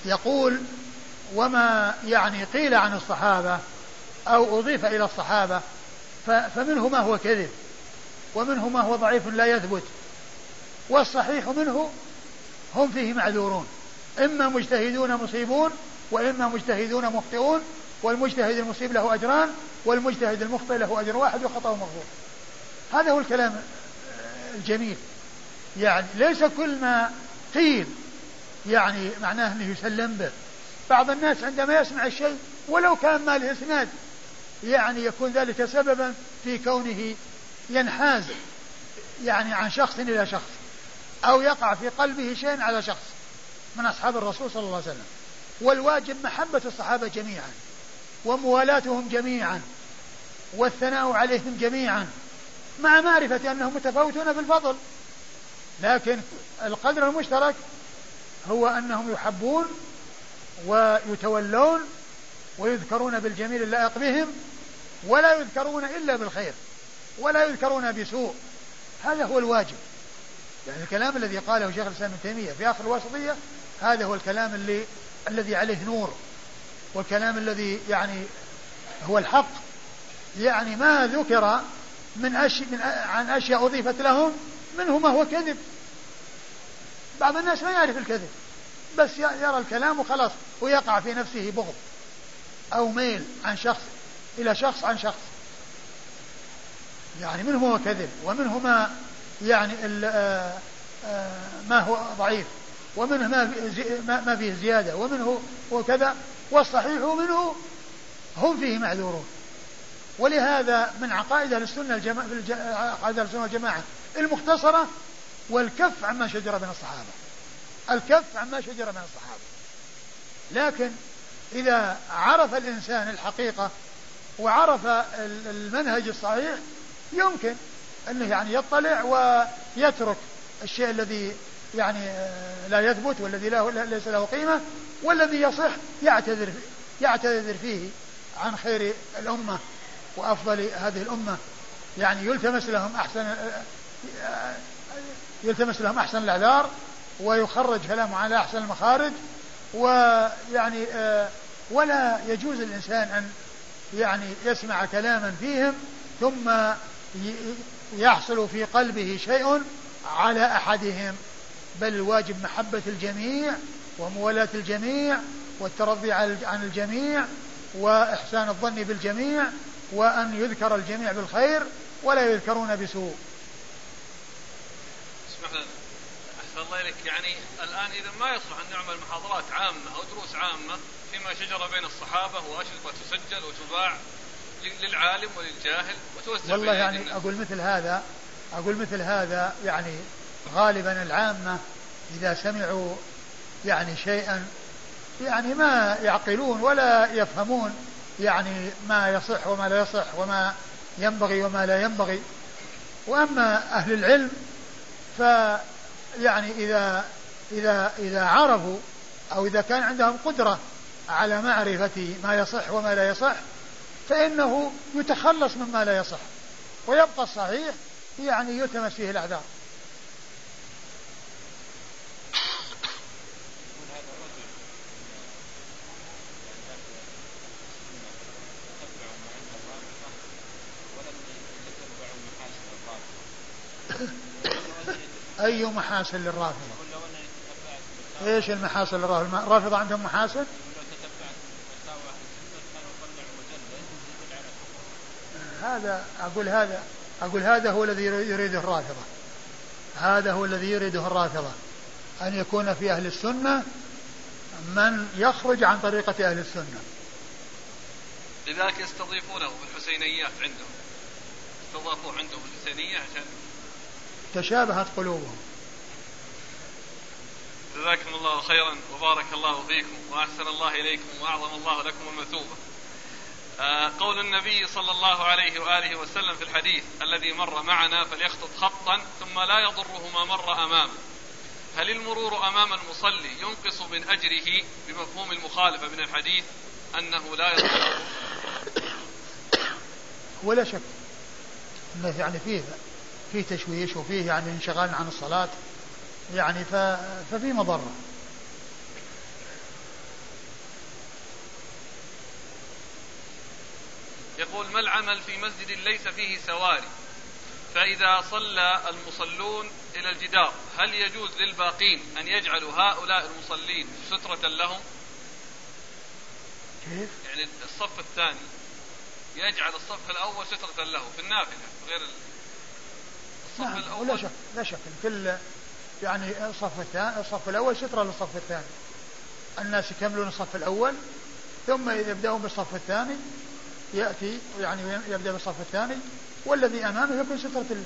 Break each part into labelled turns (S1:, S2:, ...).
S1: يقول وما يعني قيل عن الصحابة أو أضيف إلى الصحابة فمنه ما هو كذب ومنه ما هو ضعيف لا يثبت، والصحيح منه هم فيه معذورون، إما مجتهدون مصيبون وإما مجتهدون مخطئون، والمجتهد المصيب له أجران والمجتهد المخطئ له أجر واحد وخطأه مغفور. هذا هو الكلام الجميل. يعني ليس كل ما قيل يعني معناه أنه يسلم به. بعض الناس عندما يسمع الشيء ولو كان ما له إسناد يعني يكون ذلك سببا في كونه ينحاز يعني عن شخص إلى شخص، أو يقع في قلبه شيء على شخص من أصحاب الرسول صلى الله عليه وسلم. والواجب محبة الصحابة جميعا وموالاتهم جميعا والثناء عليهم جميعا، مع معرفة أنهم متفاوتون في الفضل، لكن القدر المشترك هو أنهم يحبون ويتولون ويذكرون بالجميل اللائق بهم، ولا يذكرون إلا بالخير ولا يذكرون بسوء. هذا هو الواجب. يعني الكلام الذي قاله شيخ الإسلام ابن تيمية في آخر الواسطية هذا هو الكلام الذي عليه نور، والكلام الذي يعني هو الحق. يعني ما ذكر عن أشياء أضيفت لهم منه ما هو كذب. بعض الناس ما يعرف الكذب، بس يرى الكلام وخلاص ويقع في نفسه بغض أو ميل عن شخص إلى شخص عن شخص. يعني منه هو كذب ومنه ما يعني ما هو ضعيف ومنه ما فيه زيادة ومنه وكذا، والصحيح منه هم فيه معذورون. ولهذا من عقائد أهل السنة والجماعة المختصرة والكف عما شجر بين الصحابة، الكف عما شجر بين الصحابة. لكن إذا عرف الإنسان الحقيقة وعرف المنهج الصحيح يمكن أنه يعني يطلع ويترك الشيء الذي يعني لا يثبت والذي ليس له قيمة، والذي يصح يعتذر فيه عن خير الأمة وأفضل هذه الأمة. يعني يلتمس لهم أحسن الأعذار ويخرج كلامه على أحسن المخارج. ويعني ولا يجوز الإنسان أن يعني يسمع كلاما فيهم ثم يحصل في قلبه شيء على أحدهم، بل الواجب محبة الجميع وموالاة الجميع والترضي عن الجميع وإحسان الظن بالجميع، وأن يذكر الجميع بالخير ولا يذكرون بسوء.
S2: اسمح لنا أحسن الله إليك. يعني الآن إذا ما يصلح أن نعمل محاضرات عامة أو دروس عامة فيما شجر بين الصحابة وأشرطة تسجل وتباع للعالم وللجاهل وتوزع.
S1: والله يعني أقول مثل هذا يعني غالبا العامة إذا سمعوا يعني شيئا يعني ما يعقلون ولا يفهمون يعني ما يصح وما لا يصح وما ينبغي وما لا ينبغي. وأما أهل العلم فيعني إذا عرفوا أو إذا كان عندهم قدرة على معرفة ما يصح وما لا يصح فإنه يتخلص مما لا يصح ويبقى الصحيح يعني يلتمس فيه الأعذار. أي محاسن للرافضة؟ إيش المحاسن للرافضة؟ الرافضة عندهم محاسن؟ أقول هذا هو الذي يريده الرافضة، هذا هو الذي يريده الرافضة، أن يكون في أهل السنة من يخرج عن طريقة أهل السنة.
S2: لذلك يستضيفونه بالحسينيات عندهم، استضافوه عندهم بالحسينية عشان
S1: تشابهت قلوبهم.
S2: جزاكم الله خيرا وبارك الله فيكم وأحسن الله إليكم وأعظم الله لكم المثوبة. قول النبي صلى الله عليه وآله وسلم في الحديث الذي مر معنا فليخطط خطا ثم لا يضره ما مر أمامه، هل المرور أمام المصلي ينقص من أجره بمفهوم المخالفة من الحديث أنه لا يضره؟
S1: ولا شك أنه يعني فيه تشويش وفيه يعني انشغال عن الصلاة يعني ففي مضرة.
S2: يقول: ما العمل في مسجد ليس فيه سواري، فإذا صلى المصلون إلى الجدار هل يجوز للباقين أن يجعلوا هؤلاء المصلين سترة لهم؟
S1: كيف؟
S2: يعني الصف الثاني يجعل الصف الأول سترة له في النافلة غير الصف الأول.
S1: لا شك كل يعني الصف الأول سترة للصف الثاني. الناس يكملون الصف الأول ثم يبدأون بالصف الثاني، يأتي يعني يبدأ بالصف الثاني والذي أمامه يكون سترة له.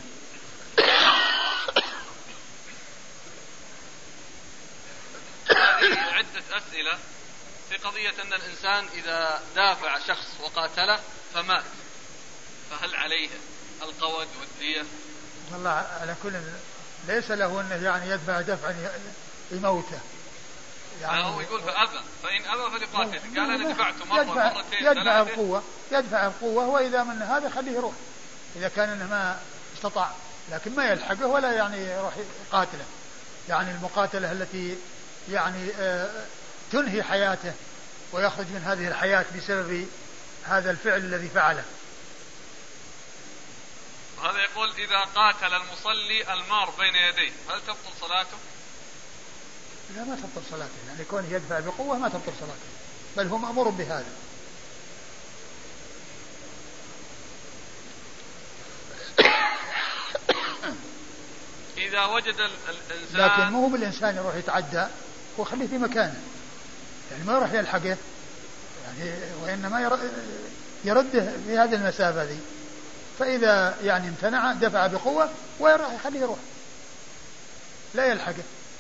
S2: عدة أسئلة في قضية أن الإنسان إذا دافع شخص وقاتله فمات فهل عليه القود والدية؟
S1: والله على كل ليس له أنه يعني يدفع دفعا يموته،
S2: يعني هو يقول فأذى، فإن أذى فليقاتل. قال أنا دفعت مرة مرتين
S1: يدفع بقوة وإذا من هذا خليه يروح إذا كان أنه ما استطاع، لكن ما يلحقه ولا يعني يروح يقاتله. يعني المقاتلة التي يعني تنهي حياته ويخرج من هذه الحياة بسبب هذا الفعل الذي فعله.
S2: هذا يقول: إذا قاتل المصلي المار بين يديه هل تبطل صلاته؟
S1: لا، ما تبطل صلاته، يعني كونه يدفع بقوة ما تبطل صلاته، بل هو مأمور بهذا.
S2: إذا وجد الإنسان،
S1: لكن مو بالإنسان يروح يتعدى وخليه في مكانه، يعني ما يروح يلحقه، يعني وإنما يرده في هذه المسافة ذي، فإذا يعني امتنع دفع بقوة ويروح يخليه يروح لا يلحقه.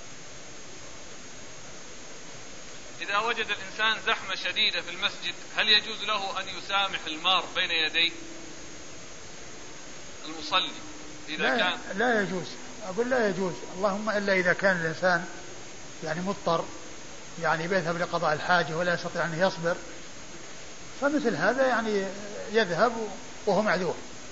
S2: إذا وجد الإنسان زحمة شديدة في المسجد هل يجوز له أن يسامح المار بين يديه المصلي إذا كان؟
S1: لا يجوز، أقول لا يجوز، اللهم إلا إذا كان الإنسان يعني مضطر، يعني بيذهب لقضاء الحاجة ولا يستطيع أن يصبر، فمثل هذا يعني يذهب وهو معذور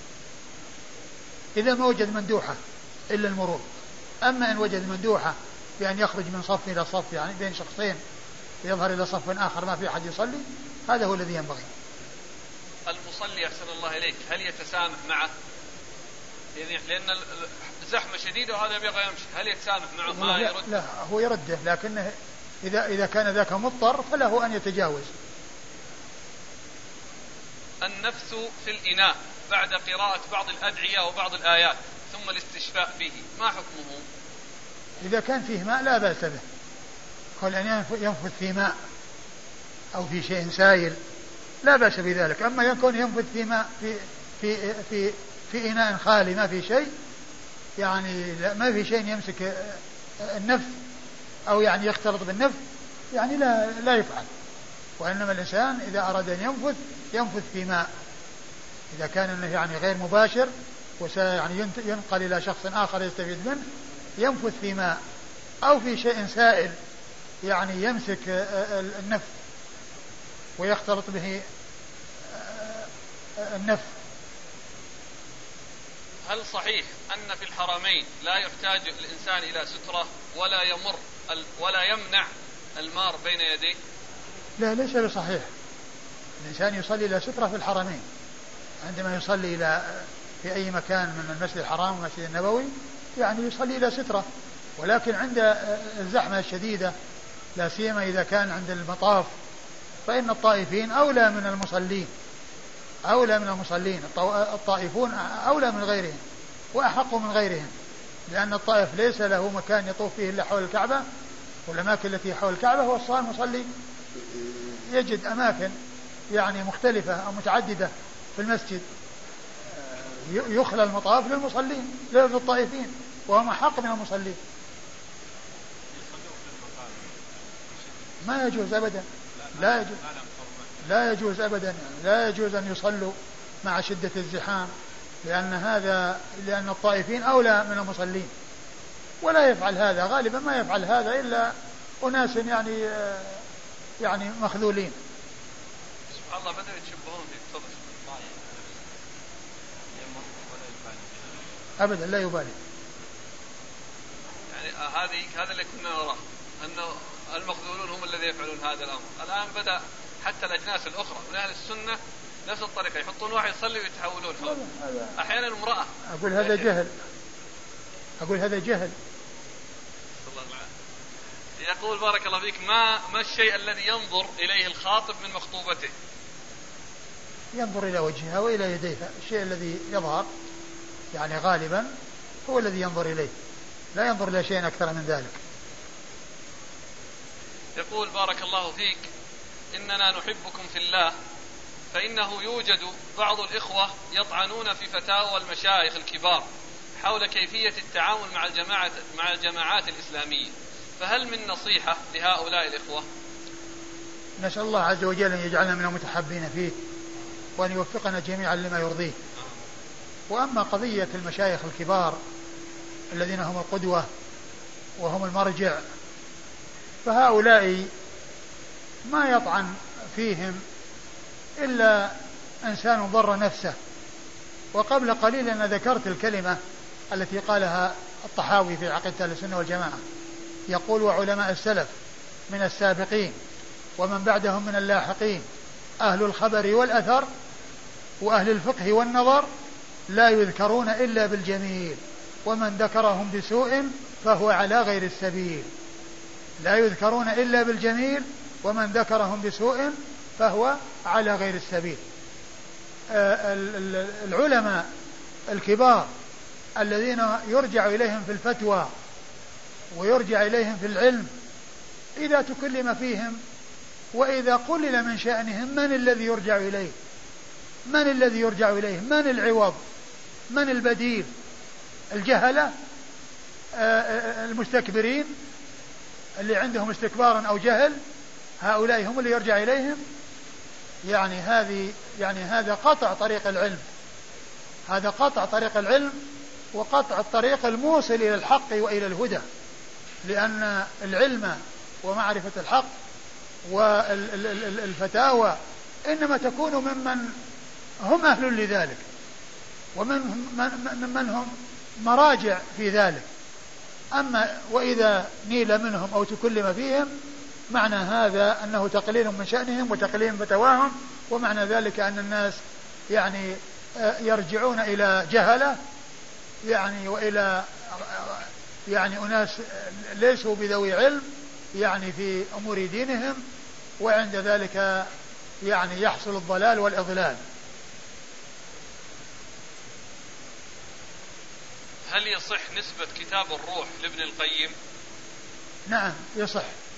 S1: إذا ما وجد مندوحة إلا المرور. أما إن وجد مندوحة بأن يخرج من صف إلى صف، يعني بين شخصين يظهر إلى صف آخر ما في أحد يصلي، هذا هو الذي ينبغي.
S2: المصلي أحسن الله إليك هل يتسامح معه؟ لأن الزحمة شديدة وهذا يبغى يمشي، هل يتسامح معه؟ ما يرد؟
S1: لا، هو يرده، لكنه إذا كان ذاك مضطر فله أن يتجاوز.
S2: النفس في الإناء بعد قراءة بعض الأدعية وبعض الآيات ثم الاستشفاء به ما حكمه؟
S1: إذا كان فيه ماء لا بأس به، كل أن ينفذ في ماء أو في شيء سائل لا بأس بذلك. أما يكون ينفذ في ماء في إناء خالي ما في شيء، يعني ما في شيء يمسك النفس أو يعني يختلط بالنفس، يعني لا يفعل. وإنما الإنسان إذا أراد أن ينفذ في ماء، إذا كان إنه يعني غير مباشر وسيعني ينقل إلى شخص آخر يستفيد منه، ينفذ في ماء أو في شيء سائل يعني يمسك النفس ويختلط به النفس.
S2: هل صحيح أن في الحرمين لا يحتاج الإنسان إلى سترة ولا يمنع المار بين يديه؟
S1: لا، ليس بصحيح. الإنسان يصلي إلى سترة في الحرمين عندما يصلي في أي مكان من المسجد الحرام والمسجد النبوي، يعني يصلي إلى سترة، ولكن عند الزحمة الشديدة لا سيما إذا كان عند المطاف فإن الطائفين أولى من المصلين، الطائفون أولى من غيرهم وأحق من غيرهم، لأن الطائف ليس له مكان يطوف فيه إلا حول الكعبة، والأماكن التي حول الكعبة هو المصلي يجد أماكن يعني مختلفة أو متعددة في المسجد يخلى المطاف للمصلين للطائفين وهم أحق من المصلين. ما يجوز أبدا، لا يجوز أبدا، لا يجوز أن يصلوا مع شدة الزحام، لأن الطائفين أولى من المصلين، ولا يفعل هذا، غالبا ما يفعل هذا إلا أناس يعني مخذولين.
S2: سبحان الله، بدأوا يتشبهون في تفضل.
S1: أبدا لا يبالي.
S2: يعني هذا اللي كنا نراه، أن المخذولون هم الذين يفعلون هذا الأمر. الآن بدأ حتى الأجناس الأخرى من أهل السنة نفس الطريقة يحطون واحد يصلي ويتحولون أحيانا امرأة.
S1: أقول هذا جهل.
S2: يقول بارك الله فيك ما الشيء الذي ينظر إليه الخاطب من مخطوبته؟
S1: ينظر إلى وجهها وإلى يديها. الشيء الذي يظهر يعني غالبا هو الذي ينظر إليه، لا ينظر إلى شيء أكثر من ذلك.
S2: يقول بارك الله فيك إننا نحبكم في الله، فإنه يوجد بعض الإخوة يطعنون في فتاوى المشايخ الكبار حول كيفية التعامل مع الجماعات الإسلامية، فهل من نصيحة لهؤلاء الإخوة؟
S1: نسأل الله عز وجل أن يجعلنا من المتحبين فيه وأن يوفقنا جميعا لما يرضيه. وأما قضية المشايخ الكبار الذين هم القدوة وهم المرجع، فهؤلاء ما يطعن فيهم إلا إنسان ضر نفسه. وقبل قليل أنا ذكرت الكلمة التي قالها الطحاوي في عقيدة أهل السنة والجماعة، يقول: وعلماء السلف من السابقين ومن بعدهم من اللاحقين أهل الخبر والأثر وأهل الفقه والنظر لا يذكرون إلا بالجميل، ومن ذكرهم بسوء فهو على غير السبيل. لا يذكرون إلا بالجميل ومن ذكرهم بسوء فهو على غير السبيل. العلماء الكبار الذين يرجع إليهم في الفتوى ويرجع إليهم في العلم، إذا تكلم فيهم وإذا قلل من شأنهم، من الذي يرجع إليه؟ من الذي يرجع إليه؟ من العوض؟ من البديل؟ الجهلة المستكبرين اللي عندهم استكبارا أو جهل، هؤلاء هم اللي يرجع إليهم. يعني هذا قطع طريق العلم، هذا قطع طريق العلم وقطع الطريق الموصل إلى الحق وإلى الهدى، لأن العلم ومعرفة الحق والفتاوى إنما تكون ممن هم أهل لذلك ومن هم مراجع في ذلك. أما وإذا نيل منهم أو تكلم فيهم، معنى هذا أنه تقليل من شأنهم وتقليل من فتواهم، ومعنى ذلك أن الناس يعني يرجعون إلى جهلة يعني وإلى يعني أناس ليسوا بذوي علم يعني في أمور دينهم، وعند ذلك يعني يحصل الضلال والإضلال.
S2: هل يصح نسبة كتاب الروح لابن القيم؟
S1: نعم يصح.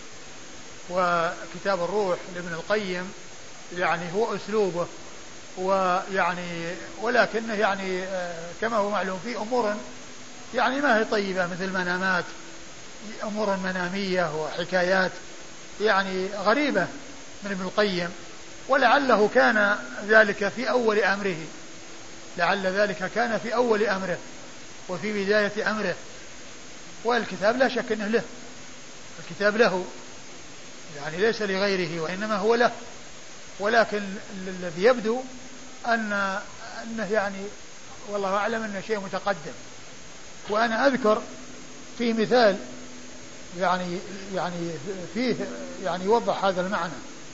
S1: وكتاب الروح لابن القيم يعني هو أسلوبه، ويعني ولكنه يعني كما هو معلوم في أمور يعني ما هي طيبة، مثل منامات، أمور منامية وحكايات يعني غريبة من ابن القيم، ولعله كان ذلك في أول أمره، لعل ذلك كان في أول أمره وفي بداية أمره. والكتاب لا شك أنه له، الكتاب له يعني ليس لغيره وإنما هو له، ولكن الذي يبدو أنه يعني والله أعلم أنه شيء متقدم. وأنا أذكر في مثال يعني فيه يعني يوضح هذا المعنى،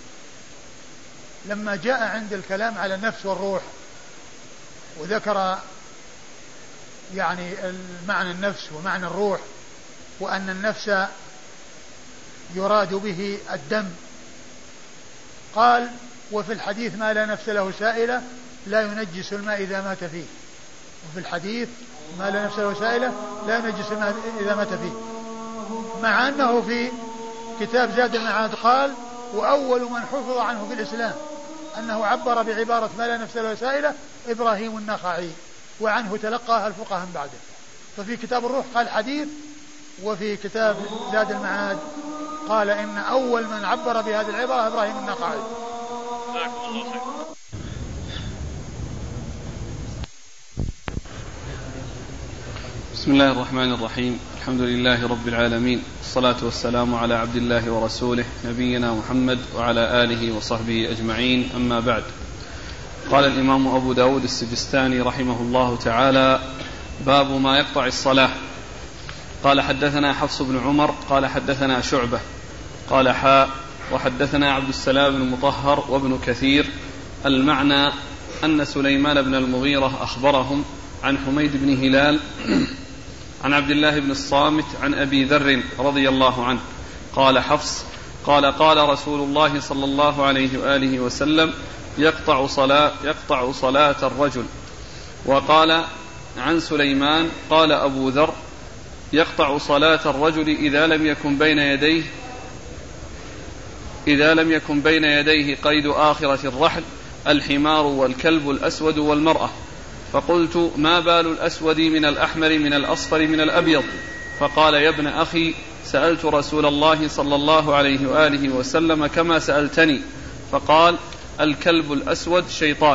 S1: لما جاء عند الكلام على النفس والروح وذكر يعني المعنى النفس ومعنى الروح، وأن النفس يراد به الدم، قال: وفي الحديث ما لا نفس له سائلة لا ينجس الماء إذا مات فيه. وفي الحديث ما لا نفس له سائلة لا ينجس الماء إذا مات فيه، مع أنه في كتاب زاد المعاد قال: وأول من حفظ عنه في الإسلام أنه عبر بعبارة ما لا نفس له سائلة إبراهيم النخعي، وعنه تلقاها الفقهاء من بعده. ففي كتاب الروح قال حديث، وفي كتاب زاد المعاد قال إن أول من عبر بهذه العبارة إبراهيم النخعي.
S2: بسم الله الرحمن الرحيم. الحمد لله رب العالمين، الصلاة والسلام على عبد الله ورسوله نبينا محمد وعلى آله وصحبه أجمعين، أما بعد. قال الإمام أبو داود السجستاني رحمه الله تعالى: باب ما يقطع الصلاة. قال: حدثنا حفص بن عمر قال حدثنا شعبة قال: وحدثنا عبد السلام بن مطهر وابن كثير المعنى أن سليمان بن المغيرة أخبرهم عن حميد بن هلال عن عبد الله بن الصامت عن أبي ذر رضي الله عنه قال حفص قال رسول الله صلى الله عليه وآله وسلم يقطع صلاة الرجل. وقال عن سليمان قال أبو ذر يقطع صلاة الرجل إذا لم يكن بين يديه قيد آخرة الرحل الحمار والكلب الأسود والمرأة. فقلت ما بال الأسود من الأحمر من الأصفر من الأبيض؟ فقال يا ابن أخي سألت رسول الله صلى الله عليه وآله وسلم كما سألتني، فقال الكلب الأسود شيطان.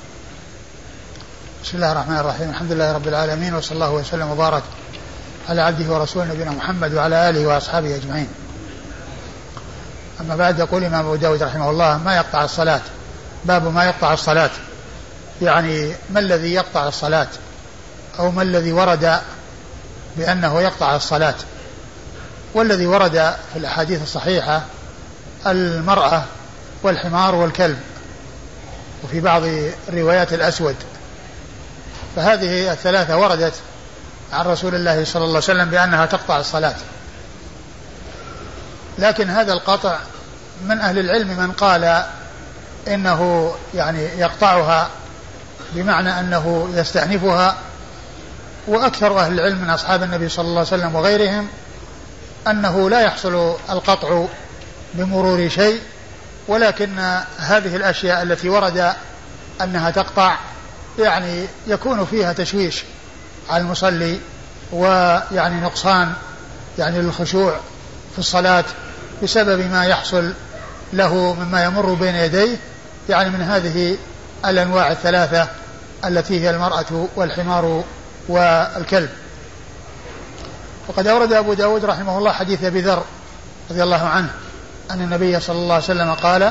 S1: بسم الله الرحمن الرحيم. الحمد لله رب العالمين، وصلى الله وسلم وبارك على عبده ورسوله نبينا محمد وعلى آله وأصحابه أجمعين. أما بعد، يقول الإمام أبو داود رحمه الله ما يقطع الصلاة. باب ما يقطع الصلاة، يعني ما الذي يقطع الصلاة، أو ما الذي ورد بأنه يقطع الصلاة. والذي ورد في الأحاديث الصحيحة المرأة والحمار والكلب، وفي بعض الروايات الأسود. فهذه الثلاثة وردت عن رسول الله صلى الله عليه وسلم بأنها تقطع الصلاة. لكن هذا القطع من أهل العلم من قال إنه يعني يقطعها بمعنى أنه يستأنفها، وأكثر أهل العلم من أصحاب النبي صلى الله عليه وسلم وغيرهم أنه لا يحصل القطع بمرور شيء، ولكن هذه الأشياء التي ورد أنها تقطع يعني يكون فيها تشويش على المصلي، ويعني نقصان يعني للخشوع في الصلاة بسبب ما يحصل له مما يمر بين يديه، يعني من هذه الأنواع الثلاثة التي هي المرأة والحمار والكلب. وقد أورد أبو داود رحمه الله حديث أبي ذر رضي الله عنه أن النبي صلى الله عليه وسلم قال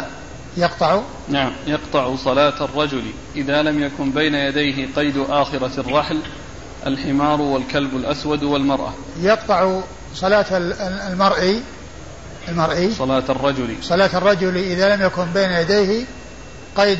S2: يقطع صلاة الرجل إذا لم يكن بين يديه قيد آخرة الرحل الحمار والكلب الأسود والمرأة.
S1: يقطع صلاة المرء صلاة الرجل إذا لم يكن بين يديه قيد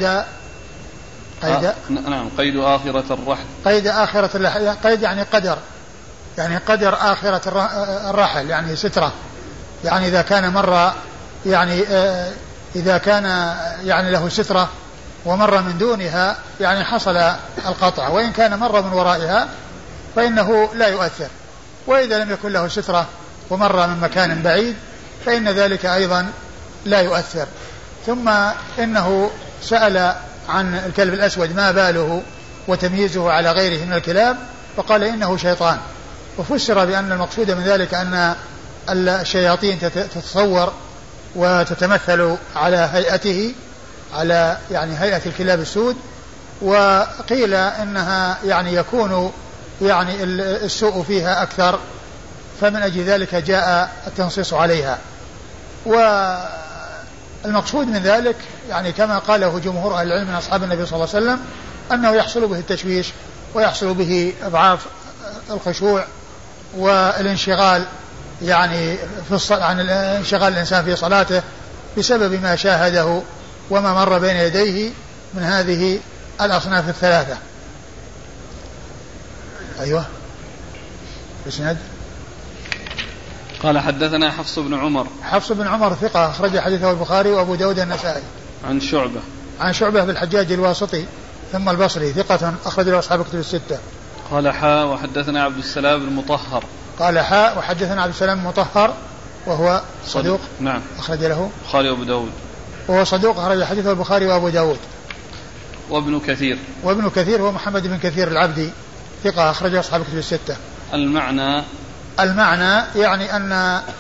S2: آخرة الرحل.
S1: قيد آخرة الرحل، قيد يعني قدر، يعني قدر آخرة الرحل، يعني سترة، يعني إذا كان مر يعني إذا كان يعني له سترة ومر من دونها يعني حصل القطع، وإن كان مر من ورائها فإنه لا يؤثر. وإذا لم يكن له سترة ومر من مكان بعيد فإن ذلك أيضا لا يؤثر. ثم إنه سأل عن الكلب الأسود ما باله وتمييزه على غيره من الكلاب، فقال إنه شيطان. وفسر بأن المقصود من ذلك أن الشياطين تتصور وتتمثل على هيئته، على يعني هيئة الكلاب السود. وقيل إنها يعني يكون يعني السوء فيها أكثر، فمن أجل ذلك جاء التنصيص عليها. والمقصود من ذلك يعني كما قاله جمهور أهل العلم من أصحاب النبي صلى الله عليه وسلم أنه يحصل به التشويش، ويحصل به إضعاف الخشوع والانشغال يعني عن انشغال الإنسان في صلاته بسبب ما شاهده وما مر بين يديه من هذه الأصناف الثلاثة. أيوة بسند.
S2: قال حدثنا حفص بن عمر
S1: ثقة أخرج حديثه البخاري وأبو داود النسائي. عن شعبة بالحجاج الواسطي ثم البصري ثقة أخرج له أصحاب الكتب الستة.
S2: قال وحدثنا عبد السلام المطهر.
S1: قال وحدثنا عبد السلام المطهر وهو صدوق.
S2: نعم.
S1: أخرج له
S2: البخاري وأبو داود.
S1: وهو صدوق أخرج حديثه البخاري وأبو داود.
S2: وابن كثير
S1: هو محمد بن كثير العبدي ثقة أخرج له أصحاب الكتب الستة. المعنى يعني أن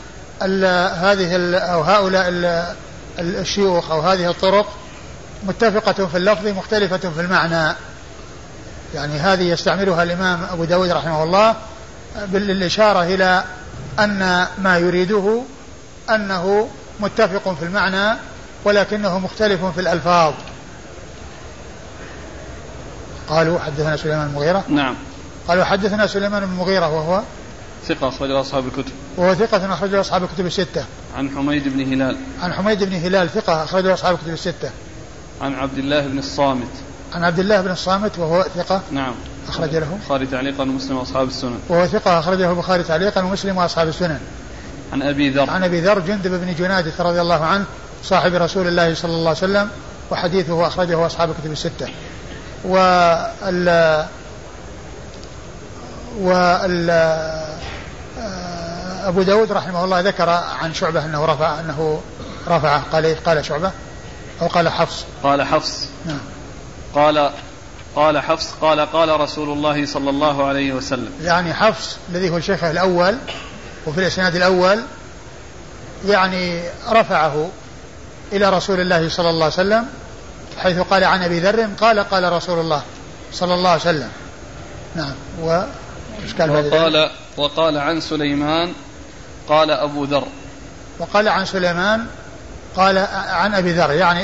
S1: هذه أو هؤلاء الشيوخ أو هذه الطرق متفقة في اللفظ مختلفة في المعنى. يعني هذه يستعملها الإمام أبو داود رحمه الله بالإشارة إلى أن ما يريده أنه متفق في المعنى ولكنه مختلف في الألفاظ. قالوا حدثنا سليمان المغيرة.
S2: نعم.
S1: قالوا حدثنا سليمان بن المغيرة وهو
S2: ثقة أخرج أصحاب الكتب.
S1: وهو ثقة أخرج أصحاب الكتب الستة.
S2: عن حميد بن هلال
S1: ثقة أخرج أصحاب الكتب الستة.
S2: عن عبد الله بن الصامت.
S1: عن عبد الله بن الصامت وهو ثقة.
S2: نعم.
S1: أخرج له
S2: البخاري تعليقا ومسلم وأصحاب السنن.
S1: وهو ثقة أخرجه البخاري تعليقا ومسلم وأصحاب السنن.
S2: عن أبي ذر.
S1: عن أبي ذر جندب بن جنادة رضي الله عنه صاحب رسول الله صلى الله عليه وسلم وحديثه أخرجه أصحاب الكتب الستة. أبو داود رحمه الله ذكر عن شعبة أنه رفعه قال شعبة أو قال حفص.
S2: قال حفص.
S1: نعم.
S2: قال حفص قال رسول الله صلى الله عليه وسلم.
S1: يعني حفص الذي هو الشيخ الأول وفي الإسناد الأول يعني رفعه إلى رسول الله صلى الله عليه وسلم حيث قال عن أبي ذر قال رسول الله صلى الله عليه وسلم. نعم.
S2: وقال عن سليمان قال أبو ذر.
S1: وقال عن سليمان قال عن أبي ذر يعني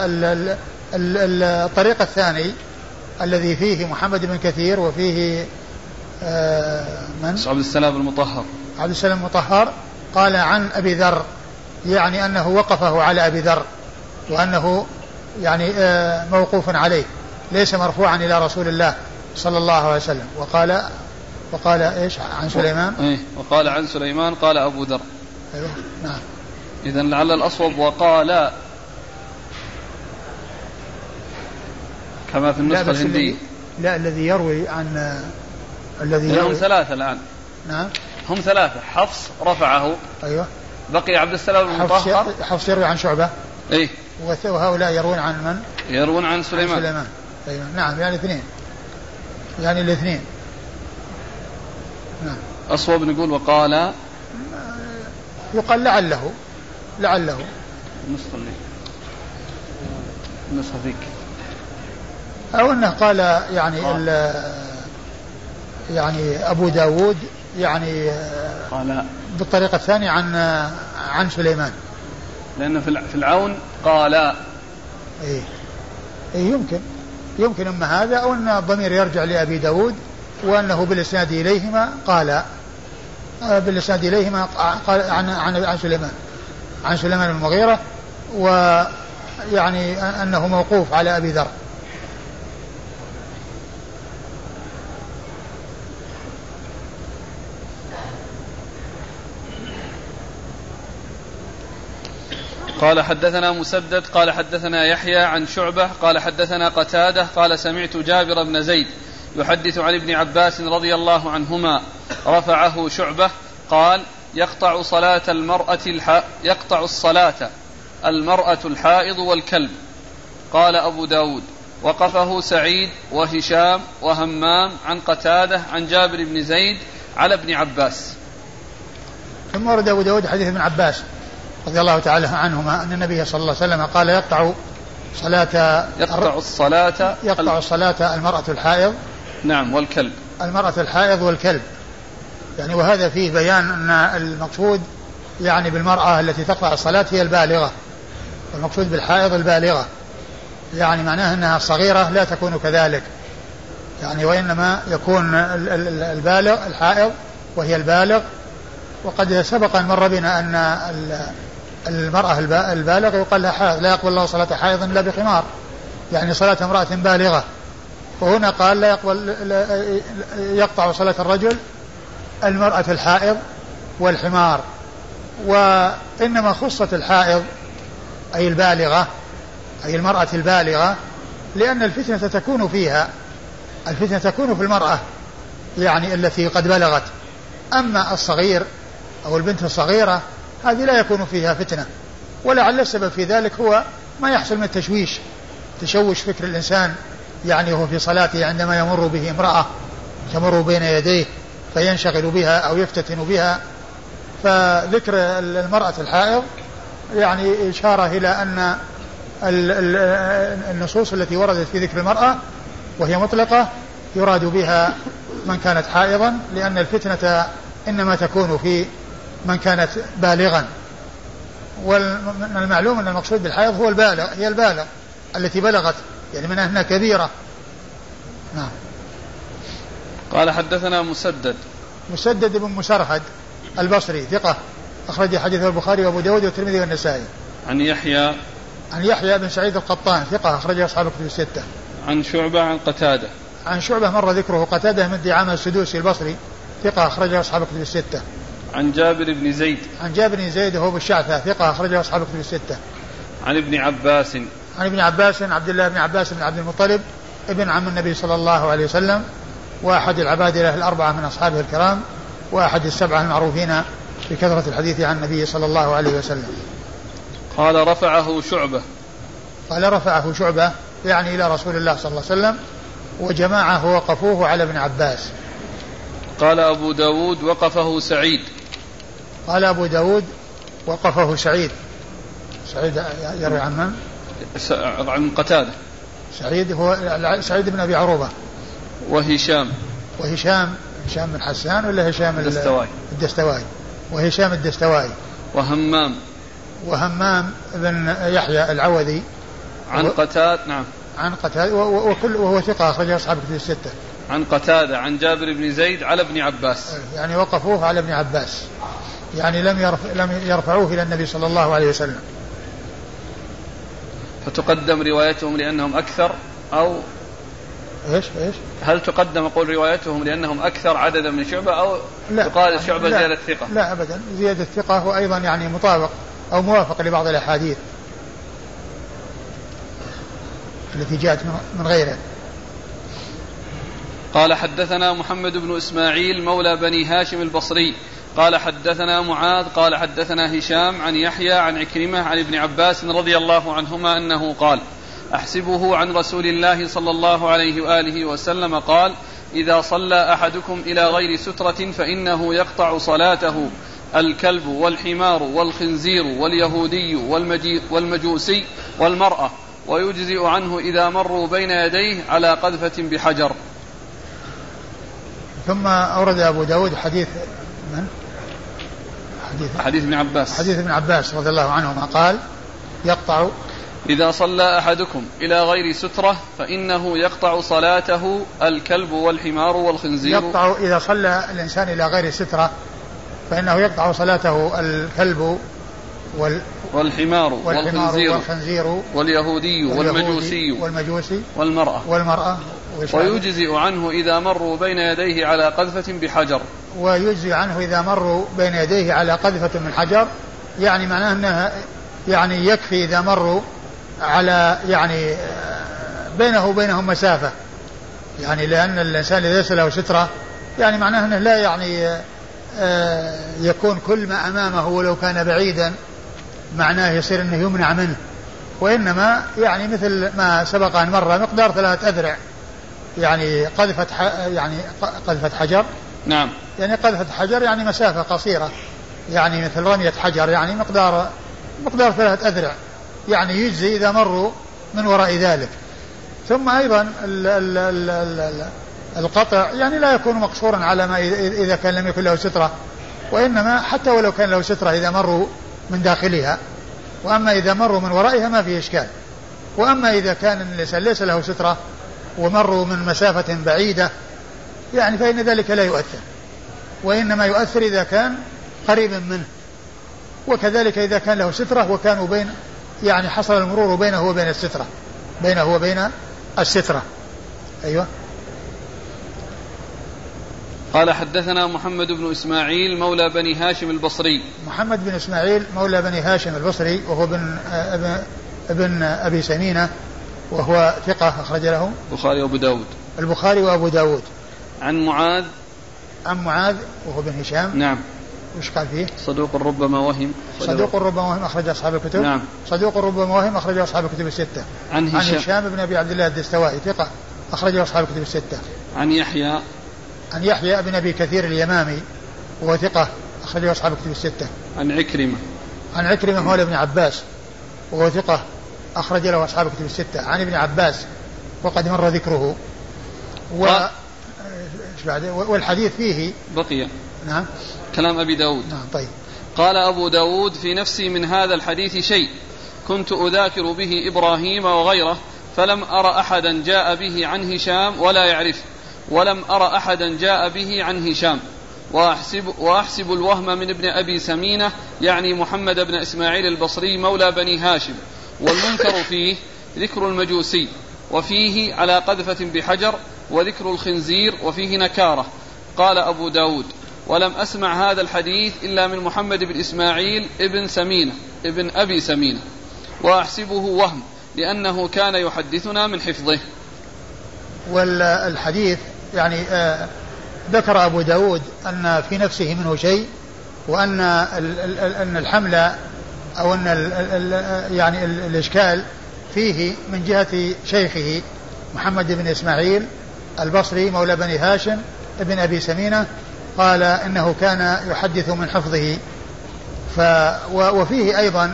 S1: الطريق الثاني الذي فيه محمد بن كثير وفيه من؟
S2: عبد السلام المطهر.
S1: عبد السلام المطهر قال عن أبي ذر يعني أنه وقفه على أبي ذر وأنه يعني موقوف عليه ليس مرفوعا إلى رسول الله صلى الله عليه وسلم. وقال إيش عن سليمان؟
S2: وقال عن سليمان قال أبو ذر.
S1: أيوه. نعم.
S2: إذن لعل الأصوب وقال كما في النسخة الهندية.
S1: لا الذي يروي عن
S2: هم ثلاثة الآن.
S1: نعم.
S2: هم ثلاثة. حفص رفعه.
S1: أيوه.
S2: بقي عبد السلام المطهر.
S1: حفص يروي عن شعبة.
S2: إيه.
S1: وهؤلاء يروون عن من؟
S2: يروون عن سليمان.
S1: أيوه. نعم يعني اثنين. يعني الاثنين. نعم.
S2: أصوب نقول وقال
S1: يقال لعله
S2: النسخة فيك
S1: أو أنه قال يعني أبو داود يعني
S2: قال
S1: بالطريقة الثانية عن سليمان
S2: لأنه في العون قال
S1: إيه يمكن أما هذا أو أن الضمير يرجع لأبي داود وأنه بالإسناد إليهما قال عن سليمان المغيرة ويعني أنه موقوف على أبي ذر.
S2: قال حدثنا مسدد قال حدثنا يحيى عن شعبة قال حدثنا قتادة قال سمعت جابر بن زيد يحدث عن ابن عباس رضي الله عنهما رفعه شعبة قال يقطع الصلاة المرأة الحائض والكلب. قال أبو داود وقفه سعيد وهشام وهمام عن قتادة عن جابر بن زيد على ابن عباس.
S1: ثم ورد أبو داود حديث ابن عباس رضي الله تعالى عنهما أن النبي صلى الله عليه وسلم قال يقطع الصلاة المرأة الحائض.
S2: نعم. والكلب.
S1: المرأة الحائض والكلب يعني وهذا فيه بيان أن المقصود يعني بالمرأة التي تقطع الصلاة هي البالغة والمقصود بالحائض البالغة يعني معناه أنها صغيرة لا تكون كذلك يعني وإنما يكون البالغ الحائض وهي البالغ. وقد سبق أن مر بنا أن المرأة البالغ يقال لها حائض لا يقبل الله صلاة حائض إلا بخمار يعني صلاة امرأة بالغة. وهنا قال لا يقطع صلاة الرجل المرأة الحائض والحمار. وإنما خصت الحائض أي البالغة أي المرأة البالغة لأن الفتنة تكون فيها تكون في المرأة يعني التي قد بلغت. أما الصغير أو البنت الصغيرة هذه لا يكون فيها فتنة ولعل السبب في ذلك هو ما يحصل من تشوش فكر الإنسان يعني هو في صلاته عندما يمر به امرأة تمر بين يديه فينشغل بها أو يفتتن بها. فذكر المرأة الحائض يعني إشارة إلى أن النصوص التي وردت في ذكر المرأة وهي مطلقة يراد بها من كانت حائضا لأن الفتنة إنما تكون في من كانت بالغا. والمعلوم أن المقصود بالحائض هو هي البالغ التي بلغت يعني من أنها كبيرة. نعم.
S2: قال حدثنا
S1: مسدد بن مسرهد البصري ثقة أخرج حديث البخاري وأبو داود والترمذي والنسائي.
S2: عن
S1: عن يحيى بن سعيد القطان ثقة أخرجه أصحاب الكتب الستة.
S2: عن شعبة عن قتادة.
S1: عن شعبة مر ذكره. قتادة من دعامة السدوسي البصري ثقة أخرجه أصحاب الكتب الستة.
S2: عن جابر بن زيد.
S1: عن جابر بن زيد هو بالشعثة ثقة أخرجه أصحاب الكتب الستة.
S2: عن ابن عباس.
S1: عن ابن عباس عبد الله بن عباس بن عبد المطلب ابن عم النبي صلى الله عليه وسلم وأحد العبادلة الأربعة من أصحابه الكرام وأحد السبعة المعروفين بكثرة الحديث عن النبي صلى الله عليه وسلم.
S2: قال رفعه شعبة.
S1: قال رفعه شعبة يعني إلى رسول الله صلى الله عليه وسلم وجماعة وقفوه على ابن عباس.
S2: قال أبو داود وقفه سعيد.
S1: قال أبو داود وقفه سعيد. سعيد يروي عن من؟
S2: عن قتادة.
S1: سعيد هو سعيد بن أبي عروبة.
S2: وهشام.
S1: وهشام بن حسان ولا هشام الدستوائي. وهشام الدستوائي. وهمام بن يحيى العوذي.
S2: عن قتادة. نعم.
S1: عن قتادة وهو ثقة أخرج أصحاب الكتب الستة.
S2: عن قتادة عن جابر بن زيد على ابن عباس.
S1: يعني وقفوه على ابن عباس يعني لم يرفعوه إلى النبي صلى الله عليه وسلم.
S2: فتقدم روايتهم لأنهم أكثر أو
S1: إيش
S2: هل تقدم قول روايتهم لأنهم أكثر عددا من شعبة أو تقال شعبة زيادة ثقة؟
S1: لا أبدا زيادة ثقة وأيضا يعني مطابق أو موافق لبعض الأحاديث التي جاءت من غيره.
S2: قال حدثنا محمد بن إسماعيل مولى بني هاشم البصري قال حدثنا معاذ قال حدثنا هشام عن يحيى عن عكرمة عن ابن عباس رضي الله عنهما أنه قال أحسبه عن رسول الله صلى الله عليه وآله وسلم قال إذا صلى أحدكم إلى غير سترة فإنه يقطع صلاته الكلب والحمار والخنزير واليهودي والمجوسي والمرأة ويجزئ عنه إذا مروا بين يديه على قذفة بحجر.
S1: ثم أورد أبو داود حديث من؟
S2: حديث ابن عباس.
S1: حديث ابن عباس رضي الله عنهما قال يقطع
S2: إذا صلى أحدكم إلى غير سترة فإنه يقطع صلاته الكلب والحمار والخنزير.
S1: يقطع إذا صلى الإنسان إلى غير سترة فإنه يقطع صلاته الكلب
S2: والحمار
S1: والخنزير
S2: واليهودي والمجوسي
S1: والمرأة
S2: ويجزئ عنه إذا مروا بين يديه على قذفة بحجر.
S1: ويجزئ عنه إذا مروا بين يديه على قذفة من حجر يعني معناه أنها يعني يكفي إذا مروا على يعني بينه وبينهم مسافة يعني لأن الإنسان إذا ليس له سترة يعني معناه أنه لا يعني يكون كل ما أمامه ولو كان بعيدا معناه يصير أنه يمنع منه وإنما يعني مثل ما سبق أن مر مقدار 3 أذرع يعني قذفة حجر.
S2: نعم.
S1: يعني قذفة حجر يعني مسافة قصيرة يعني مثل رمية حجر يعني مقدار 3 أذرع يعني يجزي إذا مروا من وراء ذلك. ثم أيضا القطع يعني لا يكون مقصورا على ما إذا كان لم يكن له سترة وإنما حتى ولو كان له سترة إذا مروا من داخلها وأما إذا مروا من ورائها ما في إشكال. وأما إذا كان الإنسان ليس له سترة ومروا من مسافة بعيدة يعني فإن ذلك لا يؤثر وإنما يؤثر إذا كان قريبا منه وكذلك إذا كان له سترة وكانوا بين يعني حصل المرور بينه وبين السترة. أيوة.
S2: قال حدثنا محمد بن إسماعيل مولى بني هاشم البصري.
S1: محمد بن إسماعيل مولى بني هاشم البصري وهو ابن أبي سمينة وهو ثقة أخرج له البخاري وأبو داود.
S2: عن معاذ
S1: وهو بن هشام.
S2: نعم.
S1: وش قال فيه؟
S2: صدوق ربما وهم
S1: أخرج أصحاب الكتب.
S2: نعم.
S1: صدوق ربما وهم أخرج أصحاب الكتب الستة.
S2: عن
S1: هشام بن أبي عبد الله الدستوائي ثقة أخرج أصحاب الكتب الستة.
S2: عن
S1: يحيى بن أبي كثير اليمامي وهو ثقة أخرج أصحاب الكتب الستة. عن عكرمة مولى ابن عباس وهو ثقة أخرج له أصحاب الكتب الستة. عن ابن عباس وقد مر ذكره والحديث فيه
S2: بقي.
S1: نعم.
S2: كلام أبي داود.
S1: نعم. طيب.
S2: قال أبو داود في نفسي من هذا الحديث شيء كنت أذاكر به إبراهيم وغيره فلم أرى أحدا جاء به عن هشام ولا يعرفه ولم أرى أحدا جاء به عن هشام وأحسب الوهم من ابن أبي سمينة يعني محمد بن إسماعيل البصري مولى بني هاشم والمنكر فيه ذكر المجوسي وفيه على قذفة بحجر، وذكر الخنزير وفيه نكارة. قال أبو داود: ولم أسمع هذا الحديث إلا من محمد بن إسماعيل ابن أبي سمينة، وأحسبه وهم لأنه كان يحدثنا من حفظه.
S1: والحديث يعني ذكر أبو داود أن في نفسه منه شيء، وأن الحمل أو أن يعني الإشكال فيه من جهة شيخه محمد بن إسماعيل البصري مولى بني هاشم ابن أبي سمينة، قال إنه كان يحدث من حفظه. وفيه أيضا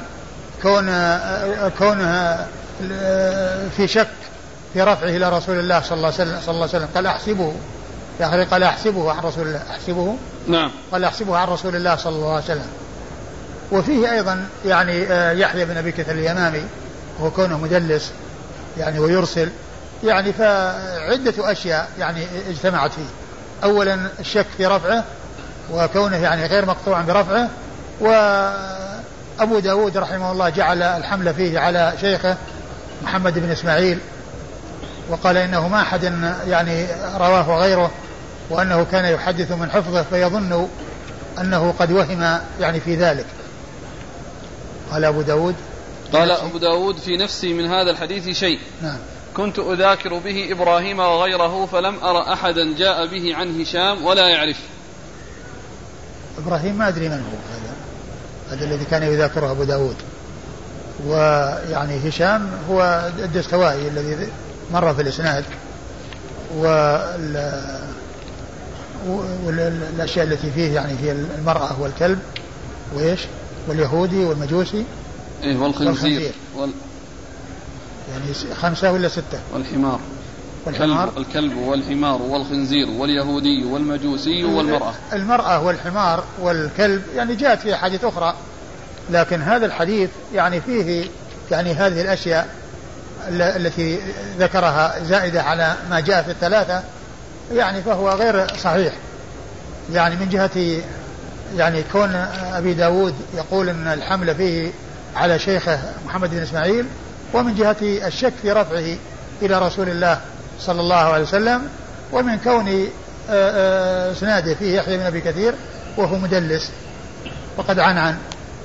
S1: كونه في شك في رفعه إلى رسول الله صلى الله عليه وسلم. قال أحسبه عن رسول الله. أحسبه،
S2: نعم،
S1: قال أحسبه عن رسول الله صلى الله عليه وسلم. وفيه أيضا يعني يحيى بن أبي كثير اليمامي وكونه مدلس يعني ويرسل، يعني فعدة أشياء يعني اجتمعت فيه. أولا الشك في رفعه وكونه يعني غير مقطوعا برفعه، وأبو داود رحمه الله جعل الحمل فيه على شيخه محمد بن إسماعيل، وقال إنه ما أحد يعني رواه غيره، وأنه كان يحدث من حفظه، فيظن أنه قد وهم يعني في ذلك. قال أبو داود
S2: في نفسي من هذا الحديث شيء.
S1: نعم.
S2: كنت أذاكر به إبراهيم وغيره فلم أرى أحدا جاء به عن هشام ولا يعرف.
S1: إبراهيم ما أدري من هو هذا الذي كان يذاكره أبو داود. ويعني هشام هو الدستوائي الذي مر في الإسناد، والأشياء التي فيه يعني هي المرأة والكلب واليهودي والمجوسي
S2: والخنزير
S1: يعني 5 ولا 6
S2: والحمار الكلب والحمار والخنزير واليهودي والمجوسي والمرأة.
S1: المرأة والحمار والكلب يعني جاءت في حديث أخرى، لكن هذا الحديث يعني فيه يعني هذه الأشياء التي ذكرها زائدة على ما جاء في الثلاثة، يعني فهو غير صحيح. يعني من جهة يعني كون أبي داود يقول أن الحمل فيه على شيخه محمد بن إسماعيل، ومن جهة الشك في رفعه إلى رسول الله صلى الله عليه وسلم، ومن كون اسناده فيه يحيى بن أبي كثير وهو مدلس وقد عنعن،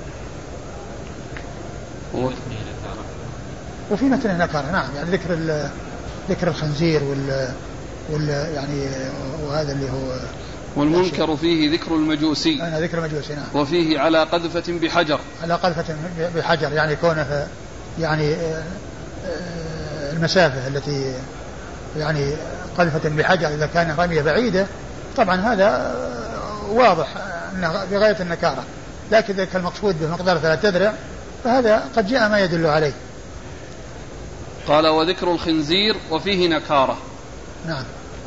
S1: وفي متن نكارة. نعم، يعني ذكر الخنزير يعني وهذا اللي هو
S2: والمنكر فيه ذكر المجوسي.
S1: ذكر المجوسي، نعم.
S2: وفيه على قذفة بحجر،
S1: يعني كونه يعني المسافة التي يعني قذفة بحجر إذا كان رمية بعيدة، طبعا هذا واضح أنه بغاية النكارة، لكن إذا كان المقصود بمقدار 3 أذرع فهذا قد جاء ما يدل عليه.
S2: قال: وذكر الخنزير وفيه نكارة.
S1: نعم.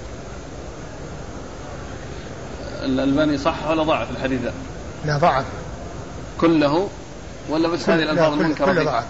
S2: الألباني صح ولا ضعف الحديث؟
S1: لا، ضعف
S2: كله ولا بس هذه الألفاظ المنكرة؟
S1: كله ضعف.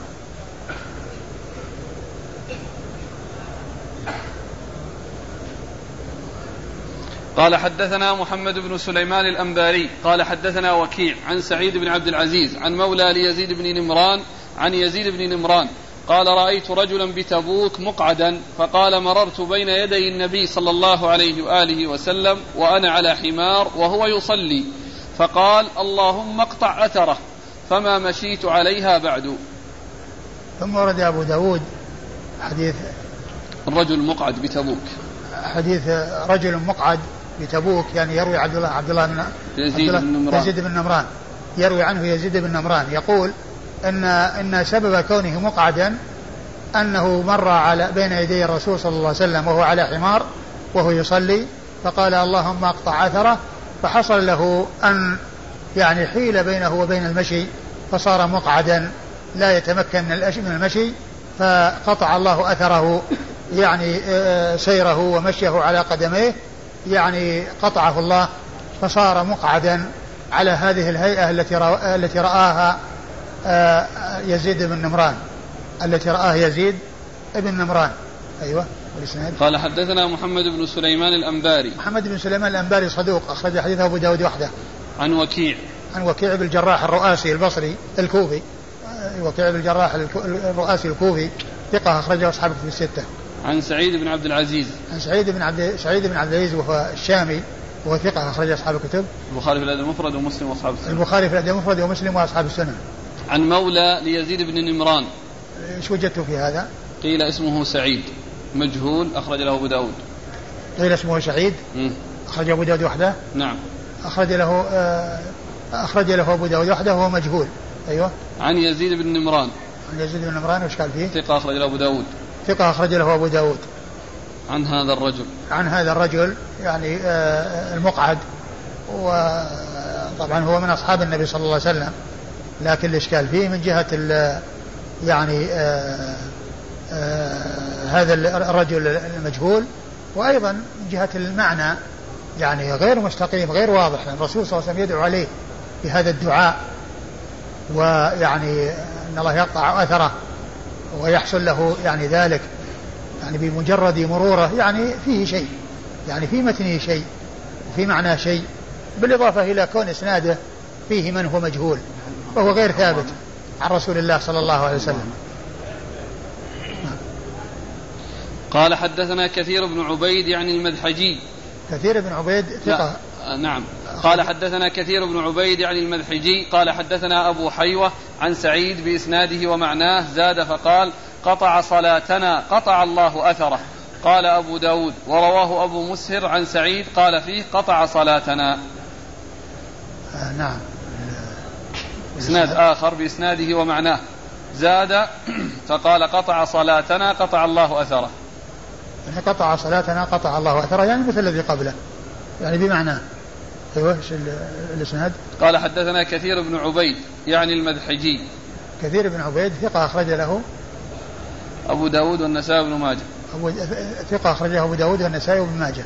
S2: قال: حدثنا محمد بن سليمان الأنباري قال: حدثنا وكيع عن سعيد بن عبد العزيز عن مولى ليزيد بن نمران عن يزيد بن نمران قال: رأيت رجلا بتبوك مقعدا، فقال: مررت بين يدي النبي صلى الله عليه وآله وسلم وأنا على حمار وهو يصلي، فقال: اللهم اقطع أثره، فما مشيت عليها بعد.
S1: ثم ورد أبو داود حديث
S2: الرجل مقعد بتبوك،
S1: حديث رجل مقعد بتبوك، يعني يروي عبد الله يزيد بن نمران، يروي عنه يزيد بن نمران يقول إن سبب كونه مقعدا أنه مر على بين يدي الرسول صلى الله عليه وسلم وهو على حمار وهو يصلي، فقال: اللهم اقطع أثره، فحصل له أن يعني حيل بينه وبين المشي، فصار مقعدا لا يتمكن من المشي، فقطع الله أثره، يعني سيره ومشيه على قدميه، يعني قطعه الله، فصار مقعدا على هذه الهيئة التي رآها يزيد بن نمران، التي رآه يزيد بن نمران. أيوة. والإسناد.
S2: قال: حدثنا محمد بن سليمان الأنباري.
S1: محمد بن سليمان الأنباري صدوق، أخرج حديثه أبو داود وحده.
S2: عن وكيع
S1: بالجراح الرؤاسي البصري الكوفي، وكيع بن الجراح الرؤاسي الكوفي ثقة أخرجه أصحاب الكتب الستة.
S2: عن سعيد بن عبد العزيز.
S1: عن سعيد بن عبد العزيز وهو الشامي وهو ثقة أخرج أصحاب الكتب.
S2: البخاري في الأدب المفرد ومسلم وأصحاب السنن.
S1: البخاري في الأدب المفرد ومسلم وأصحاب السنن.
S2: عن مولى ليزيد بن نمران.
S1: ايش وجدت في هذا؟
S2: قيل اسمه سعيد مجهول أخرج له أبو داود.
S1: قيل اسمه سعيد أخرج أبو داود وحده.
S2: نعم.
S1: أخرج له أبو داود وحده وهو مجهول. أيوة.
S2: عن يزيد بن نمران.
S1: عن يزيد بن نمران وش قال فيه؟
S2: ثقة أخرج له أبو داود.
S1: ثقة أخرج له أبو داود.
S2: عن هذا الرجل يعني المقعد، وطبعا هو من أصحاب النبي صلى الله عليه وسلم، لكن الإشكال فيه من جهة يعني هذا الرجل المجهول، وأيضا من جهة المعنى يعني غير مستقيم غير واضح. الرسول صلى الله عليه وسلم يدعو عليه بهذا الدعاء، ويعني أن الله يقطع أثره ويحصل له يعني ذلك يعني بمجرد مروره، يعني فيه شيء، يعني في متنه شيء وفي معناه شيء، بالإضافة إلى كون إسناده فيه من هو مجهول وهو غير ثابت عن رسول الله صلى الله عليه وسلم. قال حدثنا كثير بن عبيد يعني المدحجي.
S1: كثير بن عبيد ثقة.
S2: نعم. قال حدثنا كثير بن عبيد يعني المدحجي قال حدثنا أبو حيوة عن سعيد بإسناده ومعناه زاد فقال قطع صلاتنا قطع الله أثره. قال أبو داود ورواه أبو مسهر عن سعيد قال فيه قطع صلاتنا.
S1: نعم.
S2: إسناد آخر بإسناده ومعناه زاد فقال قطع صلاتنا قطع الله أثره.
S1: يعني قطع صلاتنا قطع الله أثره يعني مثل الذي قبله يعني بمعناه. ايوه ايش الاسناد؟
S2: قال حدثنا كثير بن عبيد يعني المدحجي.
S1: كثير بن عبيد ثقة أخرج له
S2: أبو داود والنسائي بن ماجه.
S1: ثقة أخرجه أبو داود والنسائي بن ماجه.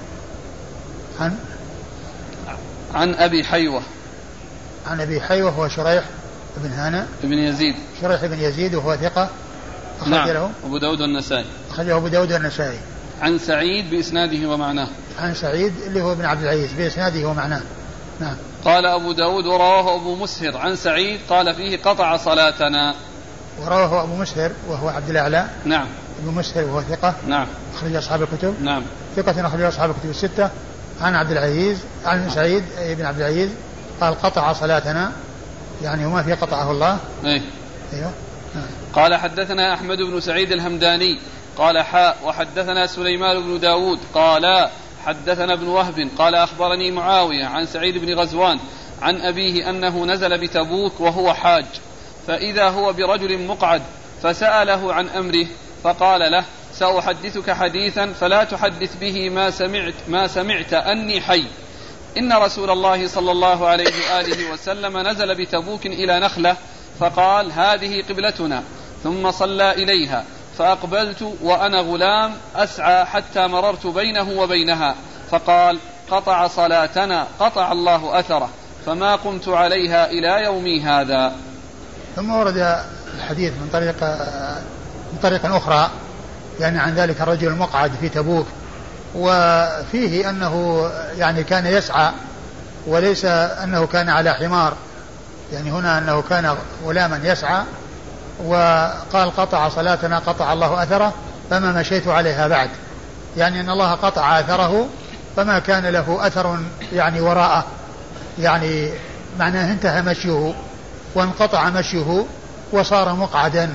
S2: عن أبي حيوة.
S1: عن أبي حيوة هو شريح بن هانة
S2: بن يزيد.
S1: شريح بن يزيد وهو ثقة أخرج
S2: نعم. له
S1: أبو داود والنسائي.
S2: عن سعيد بإسناده ومعناه.
S1: عن سعيد اللي هو ابن عبد العزيز بإسناده ومعناه. نعم.
S2: قال أبو داود ورواه أبو مسهر عن سعيد قال فيه قطع صلاتنا.
S1: ورواه أبو مسهر وهو عبد الأعلى.
S2: نعم.
S1: أبو مسهر وهو ثقة.
S2: نعم.
S1: أخرج أصحاب الكتب.
S2: نعم.
S1: ثقة أخرج أصحاب الكتب الستة. عن عبد العزيز عن سعيد بن عبد العزيز قال قطع صلاتنا يعني وما في قطعه الله.
S2: أيوه. قال حدثنا أحمد بن سعيد الهمداني قال وحدثنا سليمان بن داود قال حدثنا ابن وهب قال أخبرني معاوية عن سعيد بن غزوان عن أبيه أنه نزل بتبوك وهو حاج، فإذا هو برجل مقعد فسأله عن أمره فقال له سأحدثك حديثا فلا تحدث به ما سمعت أني حي. إن رسول الله صلى الله عليه وآله وسلم نزل بتبوك إلى نخلة فقال هذه قبلتنا، ثم صلى إليها فأقبلت وأنا غلام أسعى حتى مررت بينه وبينها فقال قطع صلاتنا قطع الله أثره، فما قمت عليها إلى يومي هذا.
S1: ثم ورد الحديث من طريق أخرى يعني عن ذلك الرجل المقعد في تبوك، وفيه أنه يعني كان يسعى وليس أنه كان على حمار، يعني هنا أنه كان غلاما يسعى، وقال قطع صلاتنا قطع الله أثره فما مشيت عليها بعد، يعني أن الله قطع أثره فما كان له أثر يعني وراءه، يعني معناه انتهى مشيه وانقطع مشيه وصار مقعدا.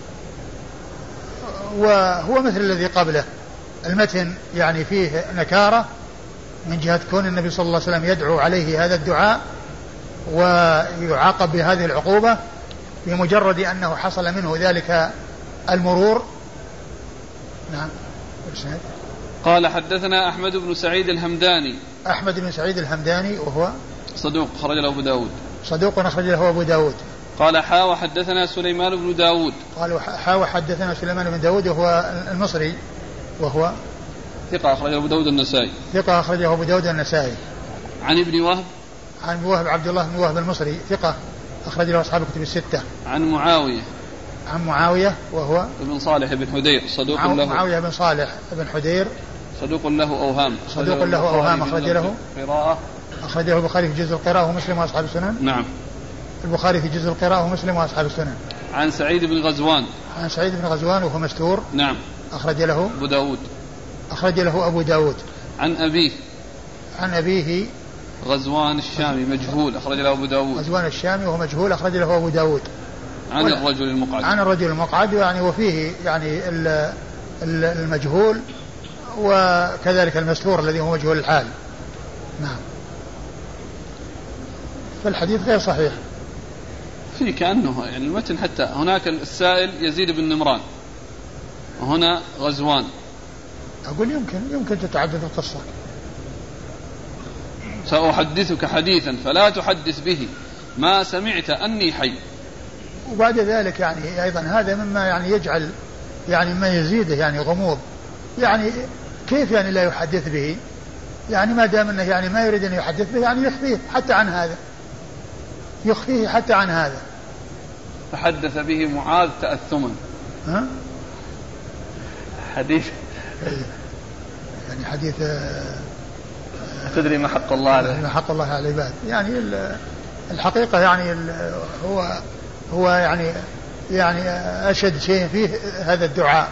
S1: وهو مثل الذي قبله، المتن يعني فيه نكارة من جهة كون النبي صلى الله عليه وسلم يدعو عليه هذا الدعاء ويعاقب بهذه العقوبة بمجرد أنه حصل منه ذلك المرور. نعم.
S2: قال حدثنا أحمد بن سعيد الهمداني.
S1: أحمد بن سعيد الهمداني وهو
S2: صدوق خرج له أبو داود.
S1: صدوق أخرج له أبو داود.
S2: قال وحدثنا سليمان بن داود.
S1: قال وحدثنا سليمان بن داود وهو المصري وهو
S2: ثقة أخرجه أبو داود النسائي.
S1: ثقة أخرجه أبو داود النسائي.
S2: عن ابن وهب.
S1: عن ابن وهب عبد الله بن وهب المصري ثقة أخرج له أصحاب الكتب الستة.
S2: عن معاوية.
S1: عن معاوية وهو
S2: ابن صالح بن حدير صدوق له.
S1: معاوية بن صالح بن حدير
S2: صدوق له أوهام.
S1: صدوق له أوهام أخرج له
S2: قراءة.
S1: أخرج له البخاري في جزء القراءة ومسلم وأصحاب السنن.
S2: نعم.
S1: البخاري في جزء القراءة ومسلم وأصحاب السنن.
S2: عن سعيد بن غزوان.
S1: عن سعيد بن غزوان وهو مستور.
S2: نعم.
S1: أخرج له
S2: أبو داود.
S1: أخرج له أبو داود.
S2: عن أبيه.
S1: عن أبيه
S2: غزوان الشامي مجهول أخرج له أبو داود.
S1: غزوان الشامي وهو مجهول أخرج له أبو داود.
S2: عن الرجل المقعد.
S1: عن الرجل المقعد يعني وفيه يعني المجهول وكذلك المستور الذي هو مجهول الحال. نعم. فالحديث غير صحيح.
S2: في كأنه يعني المتن حتى هناك السائل يزيد بن نمران وهنا غزوان.
S1: أقول يمكن تتعدد القصة.
S2: سأحدثك حديثا فلا تحدث به ما سمعت أني حي.
S1: وبعد ذلك يعني أيضا هذا مما يعني يجعل يعني ما يزيده يعني غموض. يعني كيف يعني لا يحدث به؟ يعني ما دام انه يعني ما يريد ان يحدث به يعني يخفيه حتى عن هذا. يخفيه حتى عن هذا.
S2: تحدث به معاذ تأثما.
S1: ها؟
S2: حديث
S1: يعني حديث
S2: تدري ما حق الله عليه.
S1: ما حق الله على العباد. يعني الحقيقة يعني هو يعني أشد شيء فيه هذا الدعاء.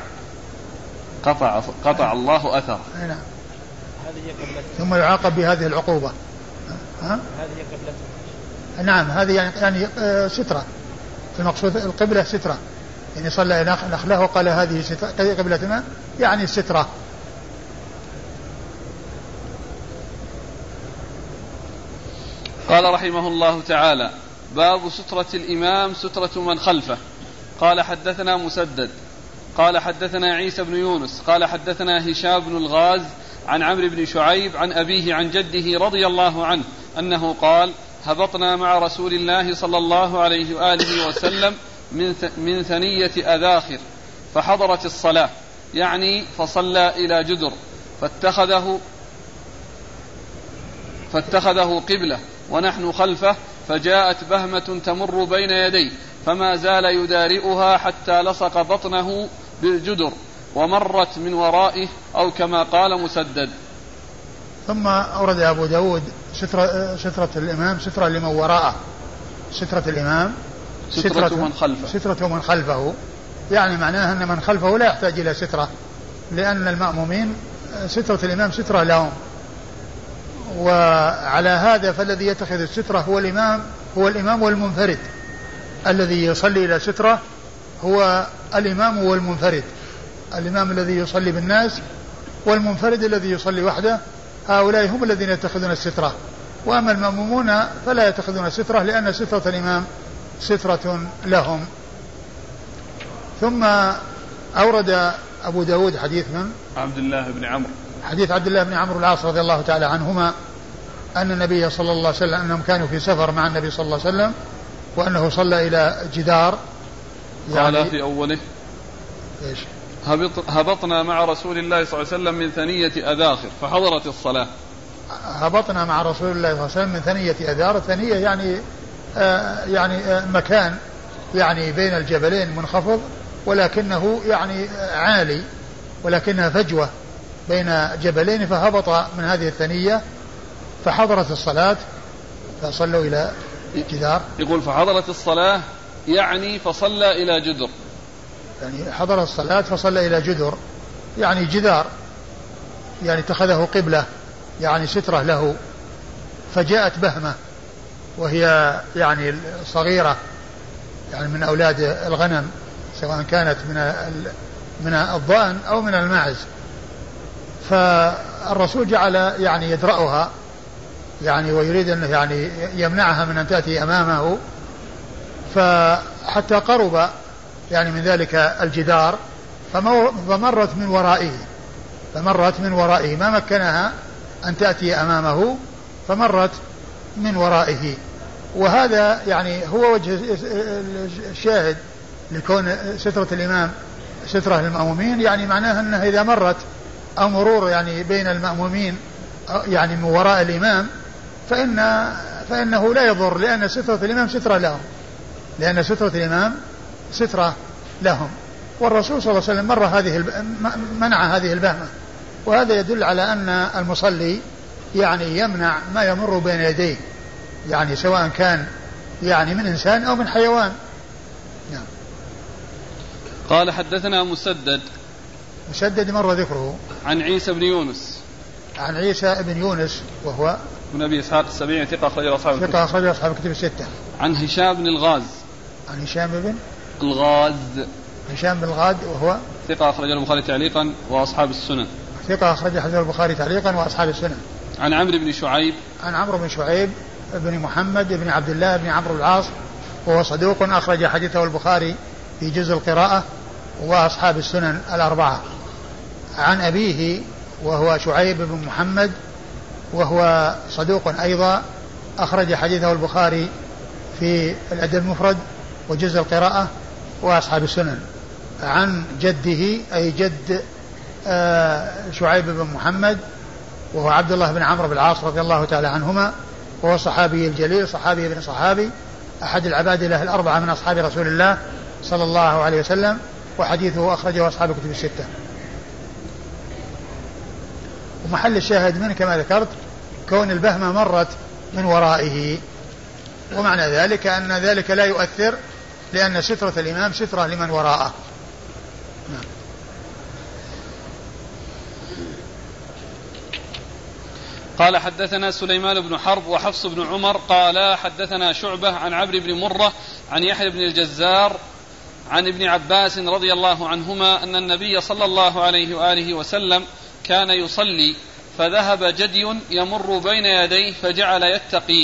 S2: قطع الله أثر.
S1: نعم. ثم يعاقب بهذه العقوبة. ها؟
S3: هذه قبلته.
S1: نعم هذه يعني سترة. المقصود القبلة سترة. يعني صلى إلى نخله وقال هذه سترة قبلتنا يعني سترة.
S2: قال رحمه الله تعالى: باب سترة الإمام سترة من خلفه. قال حدثنا مسدد قال حدثنا عيسى بن يونس قال حدثنا هشام بن الغاز عن عمرو بن شعيب عن أبيه عن جده رضي الله عنه أنه قال: هبطنا مع رسول الله صلى الله عليه وآله وسلم من ثنية أذاخر فحضرت الصلاة، يعني فصلى إلى جدر فاتخذه قبلة ونحن خلفه، فجاءت بهمة تمر بين يديه فما زال يدارئها حتى لصق بطنه بالجدر ومرت من ورائه، أو كما قال مسدد.
S1: ثم أورد أبو داود سترة الإمام سترة لمن وراءه. سترة الإمام سترة من خلفه، يعني معناها أن من خلفه لا يحتاج إلى سترة، لأن المأمومين سترة الإمام سترة لهم. وعلى هذا فالذي يتخذ السترة هو الإمام والمنفرد. الذي يصلي إلى سترة هو الإمام والمنفرد. الإمام الذي يصلي بالناس والمنفرد الذي يصلي وحده، هؤلاء هم الذين يتخذون السترة. وأما المأمومون فلا يتخذون السترة، لأن سترة الإمام سترة لهم. ثم أورد أبو داود حديث من
S2: عبد الله بن عمرو،
S1: حديث عبد الله بن عمرو العاص رضي الله تعالى عنهما أن النبي صلى الله عليه وسلم أنهم كانوا في سفر مع النبي صلى الله عليه وسلم، وأنه صلى إلى جدار.
S2: يعني قال في أوله:
S1: إيش؟
S2: هبطنا مع رسول الله صلى الله عليه وسلم من ثنية أذاخر فحضرت الصلاة.
S1: هبطنا مع رسول الله صلى الله عليه وسلم من ثنية أذار. الثنية يعني مكان يعني بين الجبلين منخفض، ولكنه يعني عالي، ولكنها فجوة بين جبلين، فهبط من هذه الثنية فحضرت الصلاة فصلوا إلى جدار.
S2: يقول فحضرت الصلاة يعني فصلى إلى جدر،
S1: يعني حضر الصلاة فصلى إلى جدر، يعني جدار، يعني اتخذه قبلة، يعني سترة له. فجاءت بهمة وهي يعني صغيرة، يعني من أولاد الغنم، سواء كانت من الضأن أو من الماعز. فالرسول جعل يعني يدرأها، يعني ويريد أنه يعني يمنعها من أن تأتي أمامه، فحتى قرب يعني من ذلك الجدار فمرت من ورائه ما مكنها أن تأتي أمامه، فمرت من ورائه. وهذا يعني هو وجه الشاهد لكون سترة الإمام سترة للمأمومين، يعني معناها أنها إذا مرت أو مرور يعني بين المأمومين يعني من وراء الإمام فإنه لا يضر، لأن سترة الإمام سترة لهم. والرسول صلى الله عليه وسلم منع هذه البهمة، وهذا يدل على أن المصلي يعني يمنع ما يمر بين يديه، يعني سواء كان يعني من إنسان أو من حيوان. نعم.
S2: قال حدثنا مسدد
S1: مر ذكره.
S2: عن عيسى بن يونس.
S1: عن عيسى بن يونس وهو
S2: من أبي إسحاق السبيعي ثقة أخرجه
S1: أصحاب الكتب الستة.
S2: عن هشام بن الغاز.
S1: عن هشام بن الغاز وهو
S2: ثقة أخرجه البخاري تعليقا وأصحاب السنن.
S1: ثقة أخرجه البخاري تعليقا وأصحاب السنن.
S2: عن عمرو بن شعيب.
S1: عن عمرو بن شعيب بن محمد بن عبد الله بن عمرو العاص وهو صدوق أخرج حديثه البخاري في جزء القراءة وأصحاب السنن الأربعة. عن أبيه وهو شعيب بن محمد وهو صدوق أيضا أخرج حديثه البخاري في الأدب المفرد وجزء القراءة وأصحاب السنن. عن جده أي جد شعيب بن محمد وهو عبد الله بن عمرو بن العاص رضي الله تعالى عنهما وهو صحابي الجليل صحابي ابن صحابي أحد العبادلة الأربعة من أصحاب رسول الله صلى الله عليه وسلم وحديثه أخرجه أصحاب الكتب الستة. ومحل الشاهد منه كما ذكرت كون البهمة مرت من ورائه ومعنى ذلك أن ذلك لا يؤثر لأن سترة الإمام سترة لمن وراءه. نعم.
S2: قال حدثنا سليمان بن حرب وحفص بن عمر قال حدثنا شعبة عن عمرو بن مرة عن يحيى بن الجزار عن ابن عباس رضي الله عنهما أن النبي صلى الله عليه وآله وسلم كان يصلي فذهب جدي يمر بين يديه فجعل يتقيه.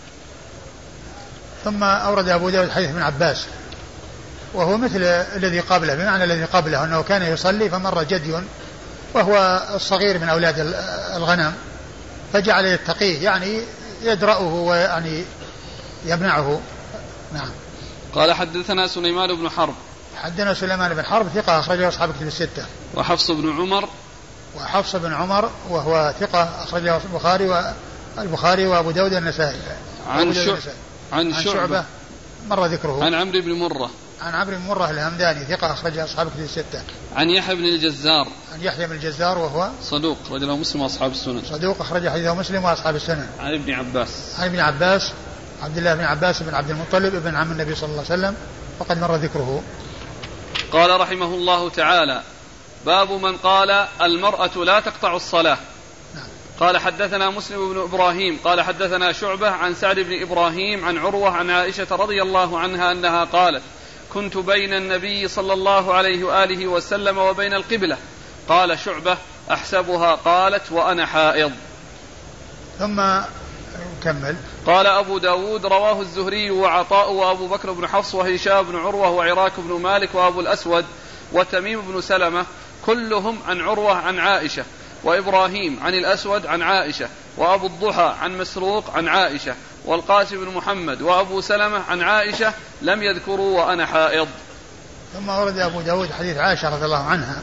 S1: ثم أورد أبو داود حديث ابن عباس وهو مثل الذي قبله بمعنى الذي قبله أنه كان يصلي فمر جدي وهو الصغير من أولاد الغنم فجعل يتقيه يعني يدرأه ويعني يمنعه. نعم.
S2: قال حدثنا سليمان بن حرب.
S1: حدثنا سليمان بن حرب ثقة أخرجه أصحاب الكتب الستة.
S2: وحفص بن عمر
S1: وهو ثقة أخرجه البخاري وأبو داود النسائي.
S2: عن شعبة
S1: مر ذكره.
S2: عن عمرو بن مرة
S1: الهمداني ثقة أخرجه أصحاب الكتب الستة.
S2: عن يحيى بن الجزار
S1: وهو
S2: صدوق رجله مسلم وأصحاب السنن.
S1: صدوق أخرج حديثه مسلم وأصحاب السنن.
S2: عن ابن
S1: عباس عبد الله بن عباس بن عبد المطلب ابن عم النبي صلى الله عليه وسلم وقد مر ذكره.
S2: قال رحمه الله تعالى باب من قال المرأة لا تقطع الصلاة.
S1: نعم.
S2: قال حدثنا مسلم بن إبراهيم قال حدثنا شعبة عن سعد بن إبراهيم عن عروة عن عائشة رضي الله عنها أنها قالت كنت بين النبي صلى الله عليه وآله وسلم وبين القبلة. قال شعبة أحسبها قالت وأنا حائض.
S1: ثم كمل.
S2: قال أبو داود رواه الزهري وعطاء وأبو بكر بن حفص وهشام بن عروة وعراك بن مالك وأبو الأسود وتميم بن سلمة كلهم عن عروة عن عائشة وإبراهيم عن الأسود عن عائشة وأبو الضحى عن مسروق عن عائشة والقاسم بن محمد وأبو سلمة عن عائشة لم يذكروا وأنا حائض.
S1: ثم ورد أبو داود حديث عائشة رضي الله عنها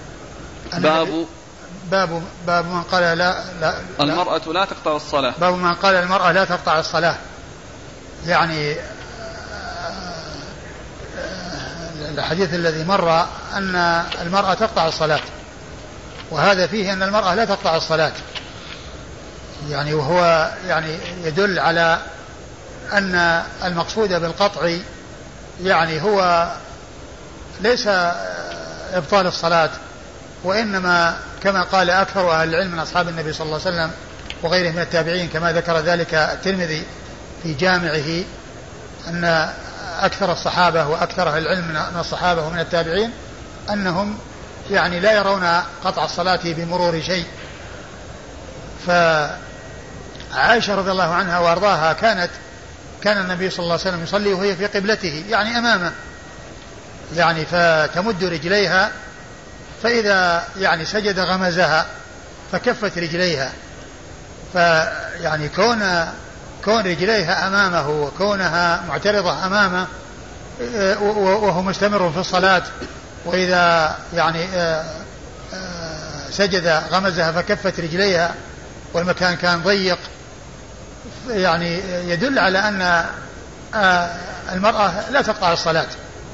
S1: باب من قال لا
S2: المرأة لا تقطع الصلاة.
S1: باب من قال المرأة لا تقطع الصلاة يعني الحديث الذي مر أن المرأة تقطع الصلاة وهذا فيه أن المرأة لا تقطع الصلاة يعني وهو يعني يدل على أن المقصود بالقطع يعني هو ليس إبطال الصلاة وإنما كما قال أكثر أهل العلم من أصحاب النبي صلى الله عليه وسلم وغيره من التابعين كما ذكر ذلك الترمذي في جامعه أن أكثر الصحابة وأكثر أهل العلم من الصحابة ومن التابعين أنهم يعني لا يرون قطع الصلاة بمرور شيء. فعائشة رضي الله عنها وأرضاها كان النبي صلى الله عليه وسلم يصلي وهي في قبلته يعني أمامه يعني فتمد رجليها فإذا يعني سجد غمزها فكفت رجليها فيعني كون رجليها أمامه وكونها معترضة أمامه وهو مستمر في الصلاة وإذا يعني سجد غمزها فكفت رجليها والمكان كان ضيق يعني يدل على أن المرأة لا تقطع الصلاة.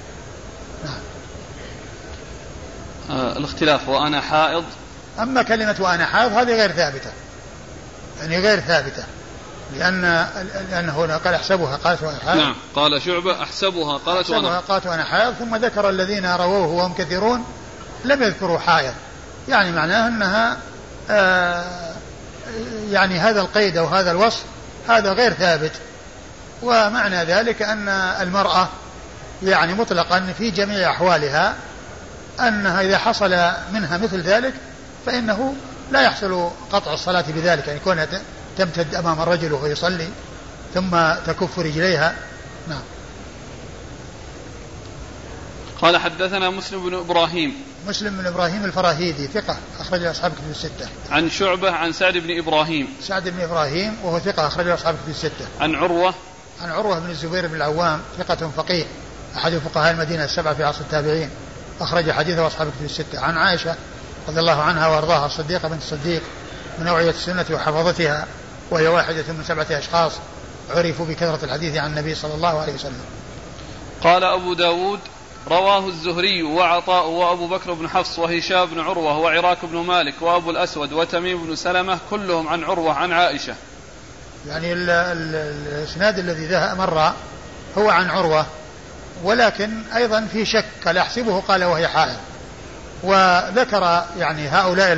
S2: الاختلاف وأنا حائض.
S1: أما كلمة وأنا حائض هذه غير ثابتة يعني غير ثابتة لأنه قال أحسبها قالت وأنا حائض.
S2: نعم قال شعبة أحسبها قالت وأنا
S1: حائض، ثم ذكر الذين رووه وهم كثيرون لم يذكروا حائض، يعني معناه أنها يعني هذا القيد أو هذا الوصف هذا غير ثابت. ومعنى ذلك أن المرأة يعني مطلقا في جميع أحوالها أنها إذا حصل منها مثل ذلك فإنه لا يحصل قطع الصلاة بذلك، يعني كونها تمتد أمام الرجل وهو يصلي ثم تكف رجليها. نعم.
S2: قال حدثنا مسلم بن إبراهيم
S1: الفراهيدي ثقة أخرج أصحاب كتب الستة.
S2: عن شعبة عن سعد بن إبراهيم
S1: وهو ثقة أخرج أصحاب كتب الستة.
S2: عن عروة
S1: بن الزبير بن العوام ثقة فقيه أحد فقهاء المدينة السبعة في عصر التابعين أخرج حديثه أصحاب كتب الستة. عن عائشة رضي الله عنها وأرضاها الصديقة بنت الصديق من أوعية السنة وحفظتها، وهي واحدة من 7 أشخاص عرفوا بكثرة الحديث عن النبي صلى الله عليه وسلم.
S2: قال أبو داود رواه الزهري وعطاء وأبو بكر بن حفص وهشام بن عروة وعراك بن مالك وأبو الأسود وتميم بن سلمة كلهم عن عروة عن عائشة.
S1: يعني الإسناد الذي مر هو عن عروة، ولكن أيضا في شك قال أحسبه قال وهي حائض. وذكر يعني هؤلاء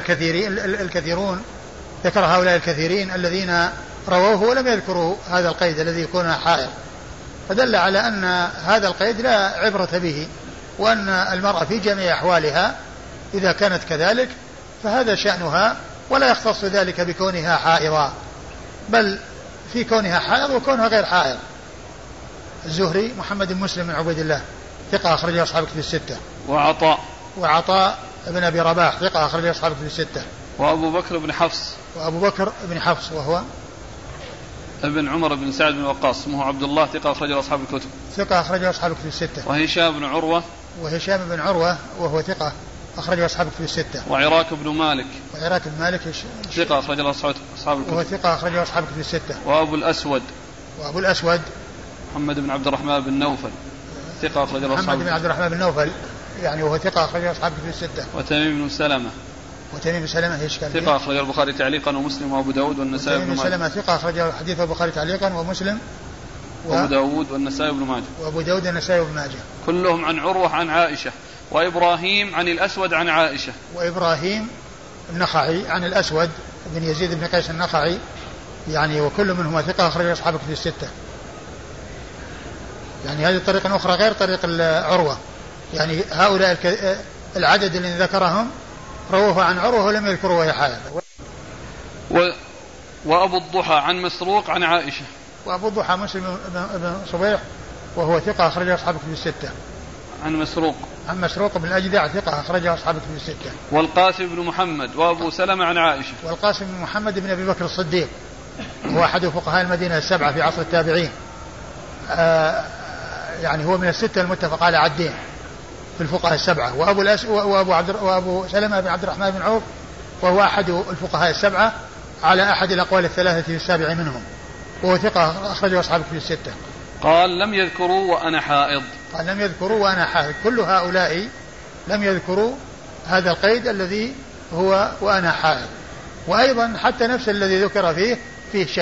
S1: الكثيرين الذين رووه ولم يذكروا هذا القيد الذي يكون حائض، فدل على أن هذا القيد لا عبرة به، وأن المرأة في جميع أحوالها إذا كانت كذلك فهذا شأنها، ولا يختص ذلك بكونها حائضة، بل في كونها حائض وكونها غير حائض. الزهري محمد بن مسلم بن عبيد الله ثقة أخرج أصحاب كتب الستة. وعطاء بن أبي رباح ثقة أخرج أصحاب كتب الستة.
S2: وأبو بكر بن حفص وهو ابن عمر بن سعد بن وقاص اسمه عبد الله ثقة أخرج أصحاب الكتب.
S1: ثقة أخرج أصحاب الكتب الستة.
S2: وهشام بن عروة
S1: وهو ثقة أخرج أصحاب الكتب الستة.
S2: وعراك بن مالك
S1: ثقة أخرج أصحاب الكتب. وهو ثقة أخرج أصحاب الكتب الستة.
S2: وأبو الأسود
S1: محمد
S2: بن عبد الرحمن بن نوفل ثقة أخرج أصحاب
S1: الكتب. يعني وهو ثقة أخرج أصحاب الكتب الستة.
S2: وتميم بن سلمة
S1: ايش كان؟
S2: ثقة أخرج البخاري تعليقا ومسلم وأبو داود والنسائي بن ماجه.
S1: سلمة ثقة أخرج حديث البخاري تعليقا ومسلم
S2: وأبو داود والنسائي بن ماجه. كلهم عن عروة عن عائشة. وإبراهيم عن الأسود عن عائشة.
S1: وإبراهيم النخعي عن الأسود بن يزيد بن قيس النخعي، يعني وكل منهما ثقة أخرج أصحاب الكتب الستة. يعني هذه طريقة أخرى غير طريق عروة، يعني هؤلاء العدد الذين ذكرهم رووه عن عروة ولم يذكروا وهي حائض.
S2: وأبو الضحى عن مسروق عن عائشة.
S1: وأبو الضحى مسلم بن صبيح وهو ثقة أخرج أصحاب الكتب الستة. عن مسروق بن الأجدع ثقة أخرج أصحاب الكتب الستة.
S2: والقاسم بن محمد وأبو سلمة عن عائشة.
S1: والقاسم بن محمد بن أبي بكر الصديق هو أحد فقهاء المدينة السبعة في عصر التابعين، يعني هو من الستة المتفق على عدين في الفقهاء السبعة. وأبو سلمة بن عبد الرحمن بن عوف وهو أحد الفقهاء السبعة على أحد الأقوال الثلاثة في السابع منهم، وهو ثقة أخرجه أصحاب الكتب الستة.
S2: قال لم يذكروا وأنا حائض.
S1: كل هؤلاء لم يذكروا هذا القيد الذي هو وأنا حائض، وأيضا حتى نفس الذي ذكر فيه شك.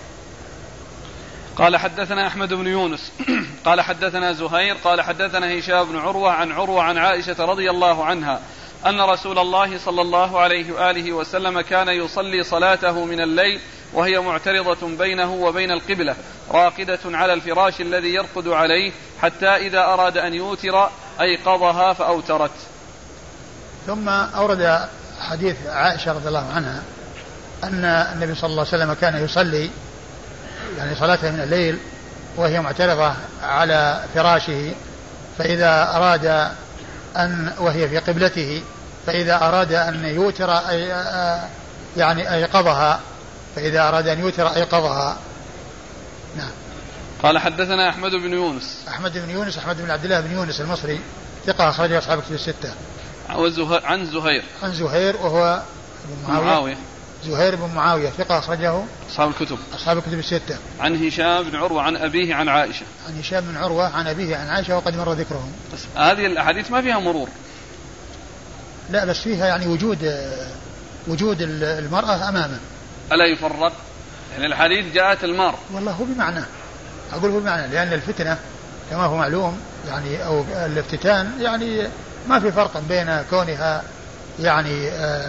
S2: قال حدثنا أحمد بن يونس قال حدثنا زهير قال حدثنا هشام بن عروة عن عائشة رضي الله عنها أن رسول الله صلى الله عليه وآله وسلم كان يصلي صلاته من الليل وهي معترضة بينه وبين القبلة راقدة على الفراش الذي يرقد عليه حتى إذا أراد أن يوتر أيقظها فأوترت.
S1: ثم أورد حديث عائشة رضي الله عنها أن النبي صلى الله عليه وسلم كان يصلي يعني صلاته من الليل وهي معترضة على فراشه، فإذا أراد وهي في قبلته فإذا أراد أن يوتر يعني أيقظها، نعم.
S2: قال حدثنا أحمد بن
S1: عبد الله بن يونس المصري ثقة أخرجه أصحاب الكتب الستة.
S2: عن
S1: زهير وهو زهير بن معاوية ثقة أخرجه أصحاب الكتب الستة.
S2: عن هشام بن عروة عن أبيه عن عائشة
S1: وقد مر ذكرهم.
S2: هذه الأحاديث ما فيها مرور،
S1: لا بس فيها يعني وجود المرأة أمامه.
S2: ألا يفرق يعني الحديث جاءت المار.
S1: والله هو بمعنى، أقول هو بمعنى، لأن الفتنة كما هو معلوم يعني أو الافتتان يعني ما في فرق بين كونها يعني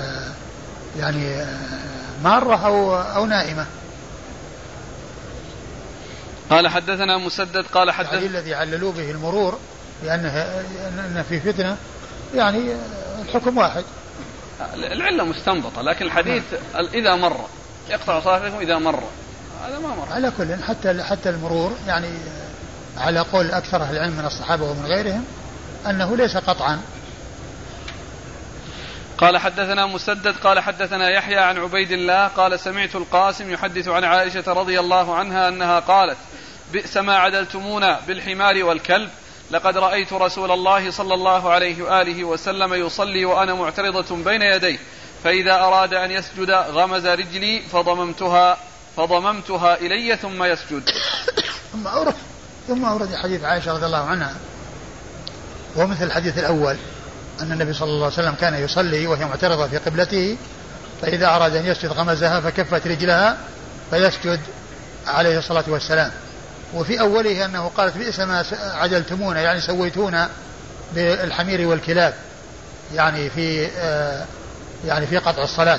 S1: مارة أو نائمة.
S2: قال حدثنا مسدد قال حدثنا
S1: يعني الذي عللوا به المرور لأنه في فتنة يعني الحكم واحد.
S2: العلة مستنبطة، لكن الحديث إذا مر يقطع صلاتكم إذا مر، هذا ما مر.
S1: على كل حتى المرور يعني على قول أكثر أهل العلم من الصحابة ومن غيرهم أنه ليس قطعا.
S2: قال حدثنا مسدد قال حدثنا يحيى عن عبيد الله قال سمعت القاسم يحدث عن عائشة رضي الله عنها أنها قالت بئس ما عدلتمونا بالحمار والكلب، لقد رأيت رسول الله صلى الله عليه وآله وسلم يصلي وأنا معترضة بين يديه، فإذا أراد أن يسجد غمز رجلي فضممتها إلي ثم يسجد.
S1: ثم أورد حديث عائشة رضي الله عنها ومثل الحديث الأول أن النبي صلى الله عليه وسلم كان يصلي وهي معترضة في قبلته، فإذا أراد أن يسجد غمزها فكفت رجلها فيسجد عليه الصلاة والسلام. وفي أوله أنه قالت بئس ما عدلتمونا يعني سويتونا بالحمير والكلاب يعني في قطع الصلاة.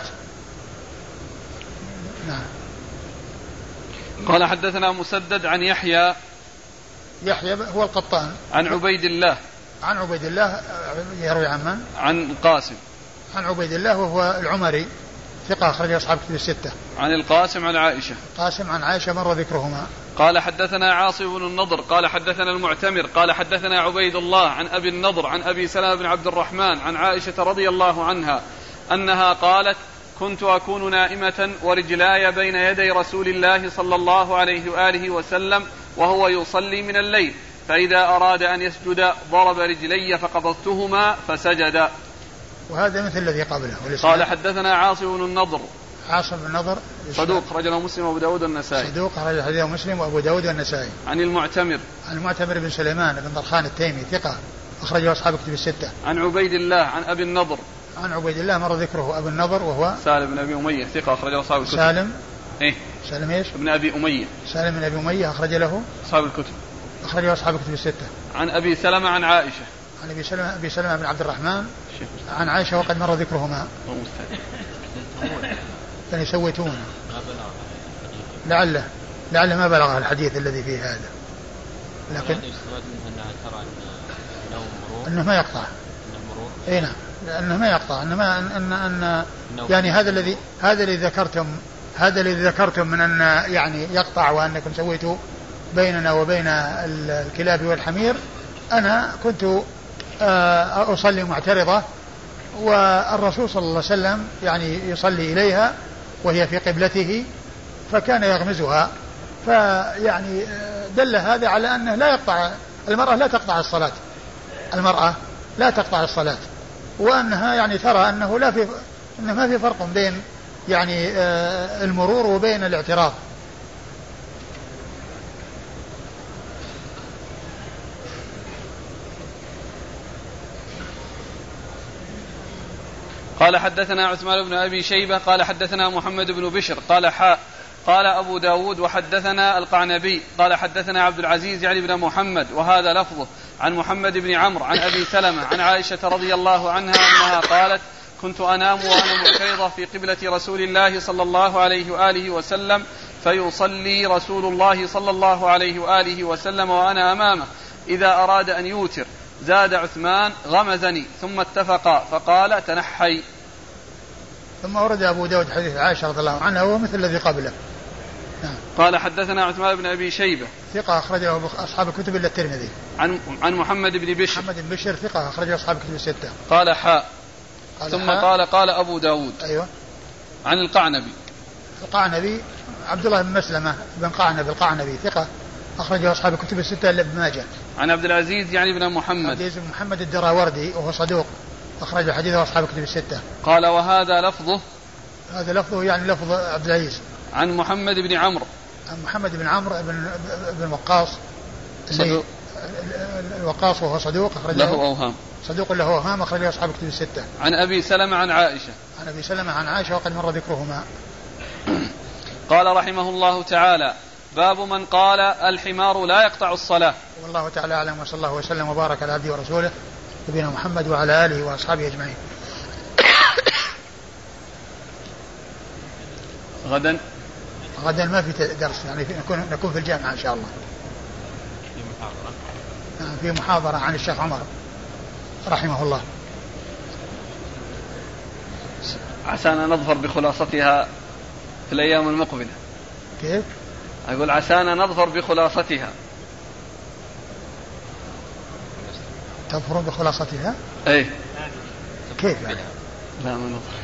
S1: نعم.
S2: قال حدثنا مسدد عن يحيى
S1: هو القطان
S2: عن عبيد الله
S1: يروي عن من؟
S2: عن القاسم
S1: عن عبيد الله وهو العمري ثقة أخرج أصحاب كتب الستة.
S2: عن القاسم عن عائشة.
S1: قاسم عن عائشة مر ذكرهما.
S2: قال حدثنا عاصم بن النضر قال حدثنا المعتمر قال حدثنا عبيد الله عن أبي النضر عن أبي سلمة بن عبد الرحمن عن عائشة رضي الله عنها أنها قالت كنت أكون نائمة ورجلاي بين يدي رسول الله صلى الله عليه وآله وسلم وهو يصلي من الليل، فإذا أراد أن يسجد ضرب رجلي فقبضتهما فسجد.
S1: وهذا مثل الذي قبله.
S2: قال حدثنا عاصم بن النضر صدوق رجله مسلم وأبو داود والنسائي.
S1: صدوق رجله مسلم وأبو داود والنسائي.
S2: عن المعتمر
S1: بن سليمان بن طرخان التيمي ثقة أخرجه أصحاب كتب الستة.
S2: عن عبيد الله عن أبي النضر
S1: عن عبيد الله مر ذكره. أبو النضر وهو
S2: سالم بن أبي أمية ثقة أخرجه أصحاب الكتب.
S1: سالم إيش؟
S2: ابن أبي أمية.
S1: سالم بن أبي أمية أخرج له
S2: أصحاب الكتب.
S1: أخرجه أصحاب الكتب الستة.
S2: عن أبي سلمة عن عائشة.
S1: عن أبي سلمة بن عبد الرحمن عن عائشة وقد مر ذكرهما. يعني سويتون لعله ما بلغ الحديث الذي فيه هذا، لكن أنه ما يقطع. نعم لأنه ما يقطع أن يعني هذا الذي ذكرتم من أن يعني يقطع وأنكم سويتوا بيننا وبين الكلاب والحمير. أنا كنت أصلي معترضة والرسول صلى الله عليه وسلم يعني يصلي إليها وهي في قبلته فكان يغمزها، فيعني دل هذا على أنه لا يقطع المرأة لا تقطع الصلاة وأنها يعني ترى أنه ما في فرق بين يعني المرور وبين الاعتراض.
S2: قال حدثنا عثمان بن أبي شيبة قال حدثنا محمد بن بشر قال أبو داود وحدثنا القعنبي قال حدثنا عبد العزيز يعني بن محمد وهذا لفظه عن محمد بن عمرو عن أبي سلمة عن عائشة رضي الله عنها أنها قالت كنت أنام وأنا معترضة في قبلة رسول الله صلى الله عليه وآله وسلم فيصلي رسول الله صلى الله عليه وآله وسلم وأنا أمامه، إذا أراد أن يوتر زاد عثمان غمزني ثم اتفقا فقال تنحي.
S1: ثم ورد أبو داود حديث عائشة رضي الله عنها وهو مثل الذي قبله.
S2: قال حدثنا عثمان بن أبي شيبة
S1: ثقة أخرجه أصحاب الكتب إلا الترمذي.
S2: عن محمد بن بشر.
S1: محمد بن بشر ثقة أخرجه أصحاب الكتب الستة.
S2: قال ثم قال أبو داود.
S1: أيوة.
S2: عن القعنبي
S1: عبد الله بن مسلمة بن قعنب القعنبي ثقة أخرجه أصحاب الكتب الستة إلا ابن ماجه.
S2: عن عبد العزيز يعني بن محمد.
S1: عبد العزيز بن محمد الدراوردي وهو صدوق أخرج حديثه أصحاب الكتب الستة.
S2: قال وهذا لفظه.
S1: هذا لفظه يعني لفظ عبد العزيز.
S2: عن محمد بن عمرو.
S1: عن محمد بن عمرو بن وقاص الوقاص وهو صدوق أخرجه
S2: له أوهام.
S1: صدوق له أوهام أخرجه أصحاب الكتب الستة.
S2: عن أبي سلمة عن عائشة.
S1: عن أبي سلمة عن عائشة وقد مر ذكرهما.
S2: قال رحمه الله تعالى: باب من قال الحمار لا يقطع الصلاة.
S1: والله تعالى أعلم، وصلى الله وسلم وبارك على عبده ورسوله نبينا محمد وعلى آله وأصحابه أجمعين. غدا ما في درس، يعني نكون في الجامعة إن شاء الله في محاضرة عن الشيخ عمر رحمه الله.
S2: عسانا نظفر بخلاصتها في الأيام المقبلة.
S1: كيف؟
S2: أقول عسانا نظفر بخلاصتها.
S1: تظفر بخلاصتها؟
S2: أي.
S1: كيف يعني؟
S2: لا ما نظفر.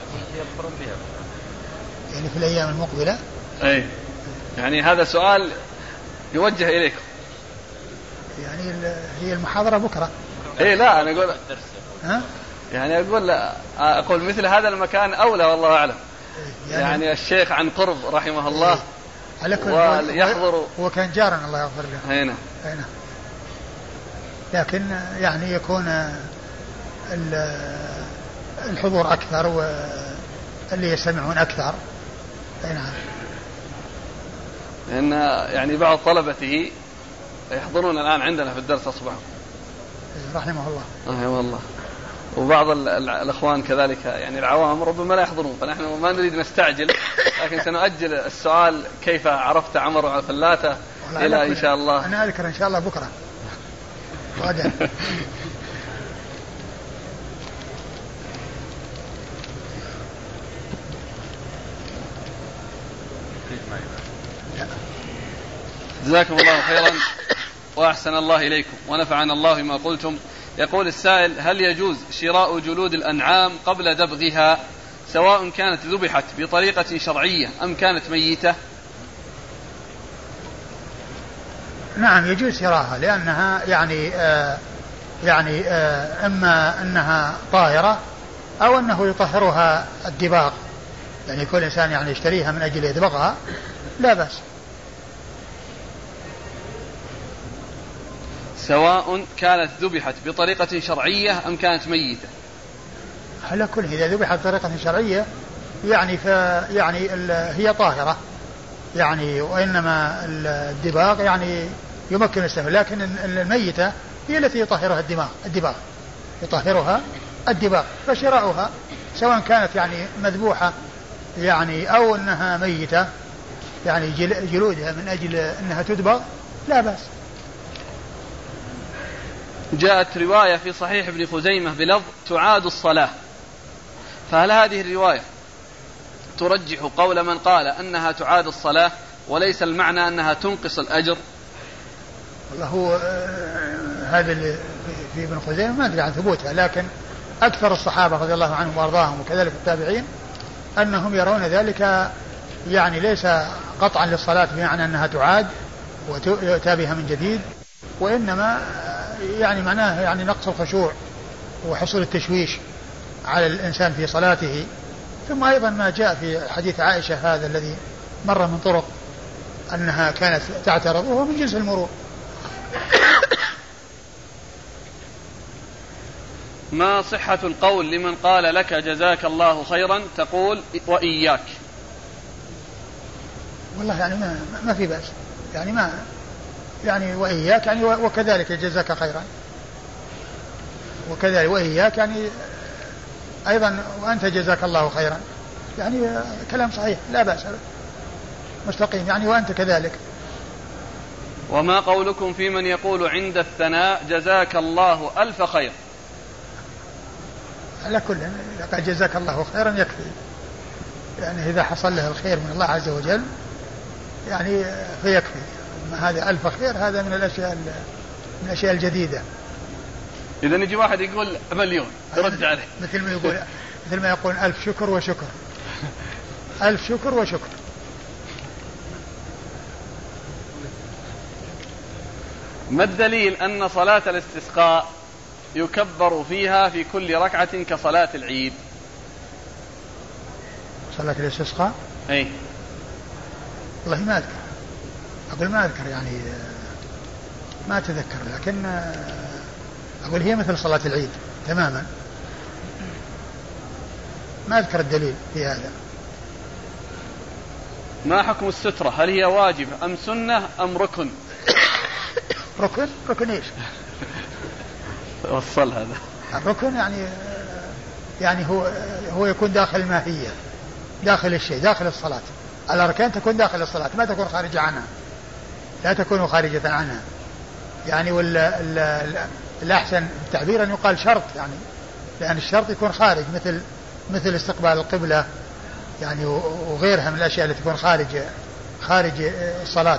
S1: يعني في الأيام المقبلة؟
S2: أي. يعني هذا سؤال يوجه إليكم.
S1: يعني هي المحاضرة بكرة.
S2: إيه لا أنا أقول.
S1: ها؟
S2: يعني أقول مثل هذا المكان أولى والله أعلم. يعني الشيخ عن قرب رحمه الله ويحضر.
S1: هو كان جارنا الله يغفر له.
S2: هنا.
S1: لكن يعني يكون الحضور أكثر واللي يستمعون أكثر. نعم.
S2: لأن يعني بعض طلبته يحضرون الآن عندنا في الدرس أصبحوا.
S1: رحمه الله.
S2: رحمه الله. وبعض الأخوان كذلك يعني العوام ربما لا يحضرون، فنحن ما نريد نستعجل، لكن سنؤجل السؤال كيف عرفت عمر وفلاته إلى إن شاء الله.
S1: أنا أذكر إن شاء الله بكرة غدا.
S2: جزاكم الله خيرا وأحسن الله إليكم ونفعنا الله بما قلتم. يقول السائل: هل يجوز شراء جلود الأنعام قبل دبغها سواء كانت ذبحت بطريقة شرعية أم كانت ميتة؟
S1: نعم يجوز شراءها، لأنها يعني إما أنها طاهرة أو أنه يطهرها الدباغ، يعني كل إنسان يعني يشتريها من أجل يدبغها لا بأس.
S2: سواء كانت ذبحت بطريقة شرعية أم كانت ميتة.
S1: على كل إذا ذبحت بطريقة شرعية يعني هي طاهرة يعني، وإنما الدباغ يعني يمكن السفر، لكن الميتة هي التي يطهرها الدباغ يطهرها الدباغ، فشراؤها سواء كانت يعني مذبوحة يعني أو أنها ميتة يعني جلودها من أجل أنها تدبغ لا بأس.
S2: جاءت رواية في صحيح ابن خزيمة بلفظ تعاد الصلاة، فهل هذه الرواية ترجح قول من قال أنها تعاد الصلاة وليس المعنى أنها تنقص الأجر؟
S1: والله هو هذا اللي في ابن خزيمة ما أدري عن ثبوتها، لكن أكثر الصحابة رضي الله عنهم وأرضاهم وكذلك التابعين أنهم يرون ذلك يعني ليس قطعا للصلاة بمعنى أنها تعاد ويؤتى بها من جديد، وإنما يعني معناه يعني نقص الخشوع وحصول التشويش على الإنسان في صلاته. ثم أيضا ما جاء في حديث عائشة هذا الذي مر من طرق أنها كانت تعترض وهو من جنس المرور.
S2: ما صحة القول لمن قال لك جزاك الله خيرا تقول وإياك؟
S1: والله يعني ما في بأس، يعني ما يعني وإياك يعني وكذلك جزاك خيرا، وكذلك وإياك يعني أيضا وأنت جزاك الله خيرا، يعني كلام صحيح لا بأس مستقيم يعني وأنت كذلك.
S2: وما قولكم في من يقول عند الثناء جزاك الله ألف خير؟
S1: على كل إذا قال جزاك الله خيرا يكفي، يعني إذا حصل له الخير من الله عز وجل يعني فيكفي. هذا ألف خير هذا من الأشياء الجديدة.
S2: إذا نجي واحد يقول مليون ترد عليه
S1: مثل ما يقول ألف شكر وشكر. ألف شكر وشكر.
S2: ما الدليل أن صلاة الاستسقاء يكبر فيها في كل ركعة كصلاة العيد؟
S1: صلاة الاستسقاء؟
S2: أي
S1: والله ما أذكر، أقول ما أذكر يعني ما أتذكر، لكن أقول هي مثل صلاة العيد تماما، ما أذكر الدليل في هذا.
S2: ما حكم السترة؟ هل هي واجبة أم سنة أم ركن؟
S1: ركن إيش؟
S2: وصل هذا.
S1: الركن يعني هو يكون داخل الماهية، داخل الشيء، داخل الصلاة. الأركان تكون داخل الصلاة، ما تكون خارجة عنها، لا تكون خارجة عنها يعني. الأحسن التعبير أن يقال شرط يعني، لأن الشرط يكون خارج، مثل استقبال القبلة يعني وغيرها من الأشياء التي تكون خارج الصلاة.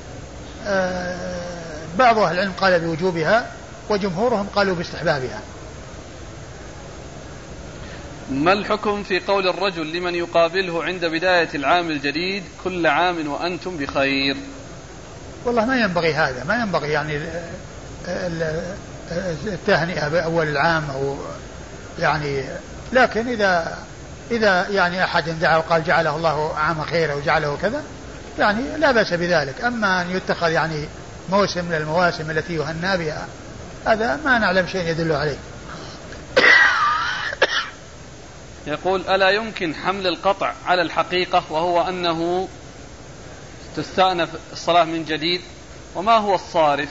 S1: بعض أهل العلم قال بوجوبها وجمهورهم قالوا باستحبابها.
S2: ما الحكم في قول الرجل لمن يقابله عند بداية العام الجديد كل عام وأنتم بخير؟
S1: والله ما ينبغي هذا، ما ينبغي يعني التهنئة بأول العام أو يعني، لكن إذا يعني أحد دعا وقال جعله الله عام خير أو جعله كذا يعني لا بأس بذلك. أما أن يتخذ يعني موسم من المواسم التي يهنى بها، هذا ما نعلم شيء يدل عليه.
S2: يقول: ألا يمكن حمل القطع على الحقيقة وهو أنه تستأنف الصلاة من جديد؟ وما هو الصارف؟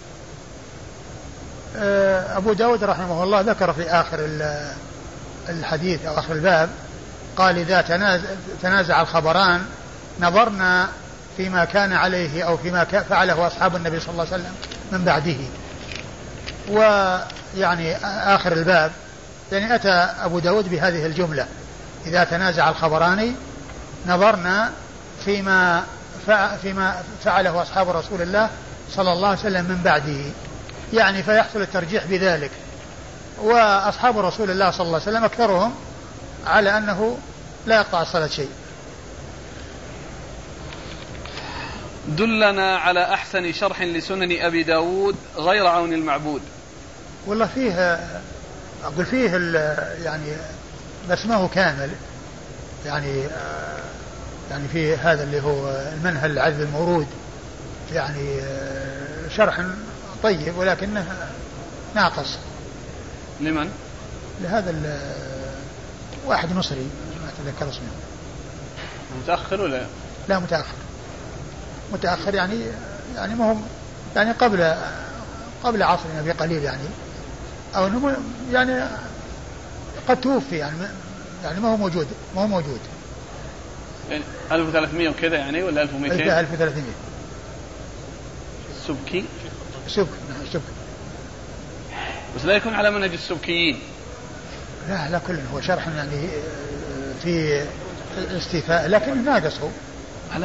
S1: أبو داود رحمه الله ذكر في آخر الحديث أو آخر الباب، قال: إذا تنازع الخبران نظرنا فيما كان عليه أو فيما فعله أصحاب النبي صلى الله عليه وسلم من بعده. ويعني آخر الباب يعني أتى أبو داود بهذه الجملة: إذا تنازع الخبران نظرنا فيما فعله أصحاب رسول الله صلى الله عليه وسلم من بعده، يعني فيحصل الترجيح بذلك. وأصحاب رسول الله صلى الله عليه وسلم أكثرهم على أنه لا يقطع الصلاة شيء.
S2: دلنا على أحسن شرح لسنن أبي داود غير عون المعبود.
S1: والله فيه يعني بس ما هو كامل يعني في هذا اللي هو المنهل العذب المورود يعني شرح طيب ولكنه ناقص.
S2: لمن؟
S1: لهذا واحد مصري ما أتذكر اسمه.
S2: متأخر ولا؟
S1: لا متأخر يعني مهم يعني قبل عصرنا بقليل يعني، أو يعني قد توفي يعني ما هو موجود
S2: يعني 1300 وكذا يعني ولا 1200؟
S1: 1300.
S2: السبكي؟
S1: السبكي
S2: بس لا يكون على منهج السبكيين.
S1: لا كل هو شرح يعني في استيفاء لكن ناقصه
S2: على.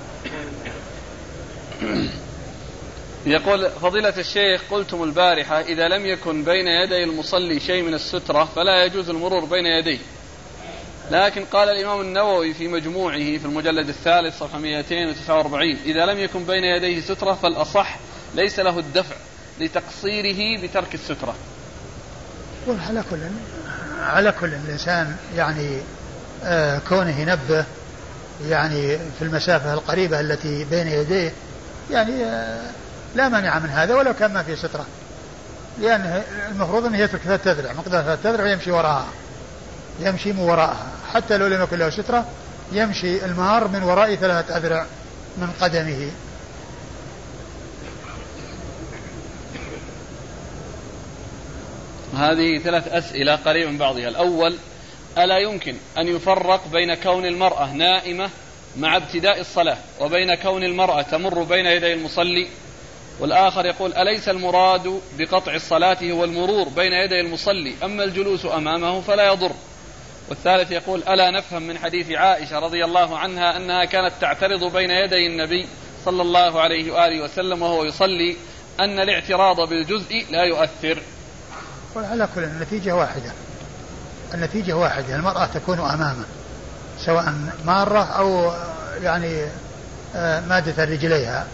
S2: يقول: فضيلة الشيخ، قلتم البارحة إذا لم يكن بين يدي المصلي شيء من السترة فلا يجوز المرور بين يديه، لكن قال الإمام النووي في مجموعه في المجلد الثالث صفحة 249: إذا لم يكن بين يديه سترة فالأصح ليس له الدفع لتقصيره بترك السترة.
S1: على كل الإنسان يعني كونه ينبه يعني في المسافة القريبة التي بين يديه يعني لا مانع من هذا ولو كان ما في سترة، لأن المفروض أن يترك ثلاث تذرع، مقدار ثلاث تذرع يمشي من وراءها حتى لو لم يكن له سترة، يمشي المار من وراء ثلاثة أذرع من قدمه.
S2: هذه 3 أسئلة قريبة من بعضها. الأول: ألا يمكن أن يفرق بين كون المرأة نائمة مع ابتداء الصلاة وبين كون المرأة تمر بين يدي المصلي؟ والآخر يقول: أليس المراد بقطع الصلاة هو المرور بين يدي المصلي، أما الجلوس أمامه فلا يضر؟ والثالث يقول: ألا نفهم من حديث عائشة رضي الله عنها أنها كانت تعترض بين يدي النبي صلى الله عليه وآله وسلم وهو يصلي أن الاعتراض بالجزء لا يؤثر؟
S1: على كل النتيجة واحدة، المرأة تكون أمامه سواء مارة أو يعني مادة رجليها.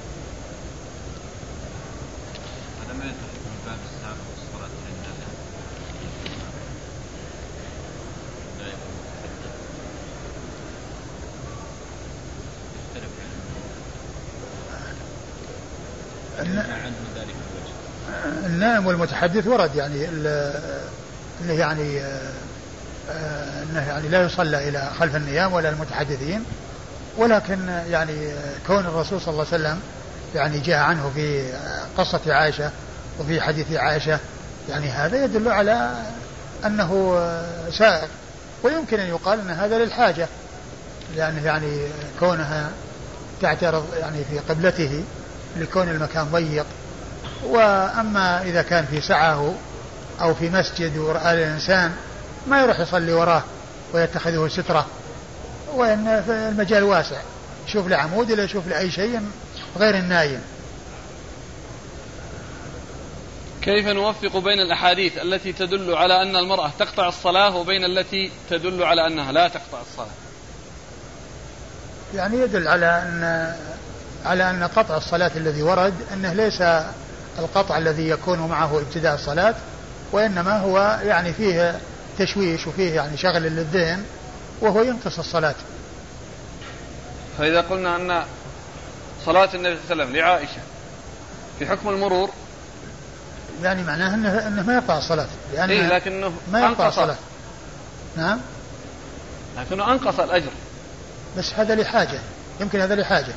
S1: النائم والمتحدث ورد يعني انه يعني لا يصلى الى خلف النيام ولا المتحدثين، ولكن يعني كون الرسول صلى الله عليه وسلم يعني جاء عنه في قصة عائشة وفي حديث عائشة، يعني هذا يدل على أنه سائر، ويمكن أن يقال أن هذا للحاجة، لأنه يعني كونها تعترض يعني في قبلته لكون المكان ضيق. وأما إذا كان في سعه أو في مسجد ورأى الإنسان ما يروح يصلي وراه ويتخذه سترة، وإن المجال واسع، يشوف له عمود ولا يشوف له أي شيء غير النايم.
S2: كيف نوفق بين الأحاديث التي تدل على أن المرأة تقطع الصلاة وبين التي تدل على أنها لا تقطع الصلاة؟
S1: يعني يدل على أن قطع الصلاة الذي ورد أنه ليس القطع الذي يكون معه ابتداء الصلاة، وإنما هو يعني فيه تشويش وفيه يعني شغل للذهن وهو ينقص الصلاة.
S2: فإذا قلنا أن صلاة النبي صلى الله عليه وسلم لعائشة في حكم المرور،
S1: يعني معناه أنه ما يقطع الصلاة،
S2: إيه لكنه
S1: ما يقطع الصلاة. نعم،
S2: لكنه أنقص الأجر،
S1: بس هذا لحاجة، يمكن هذا لحاجة.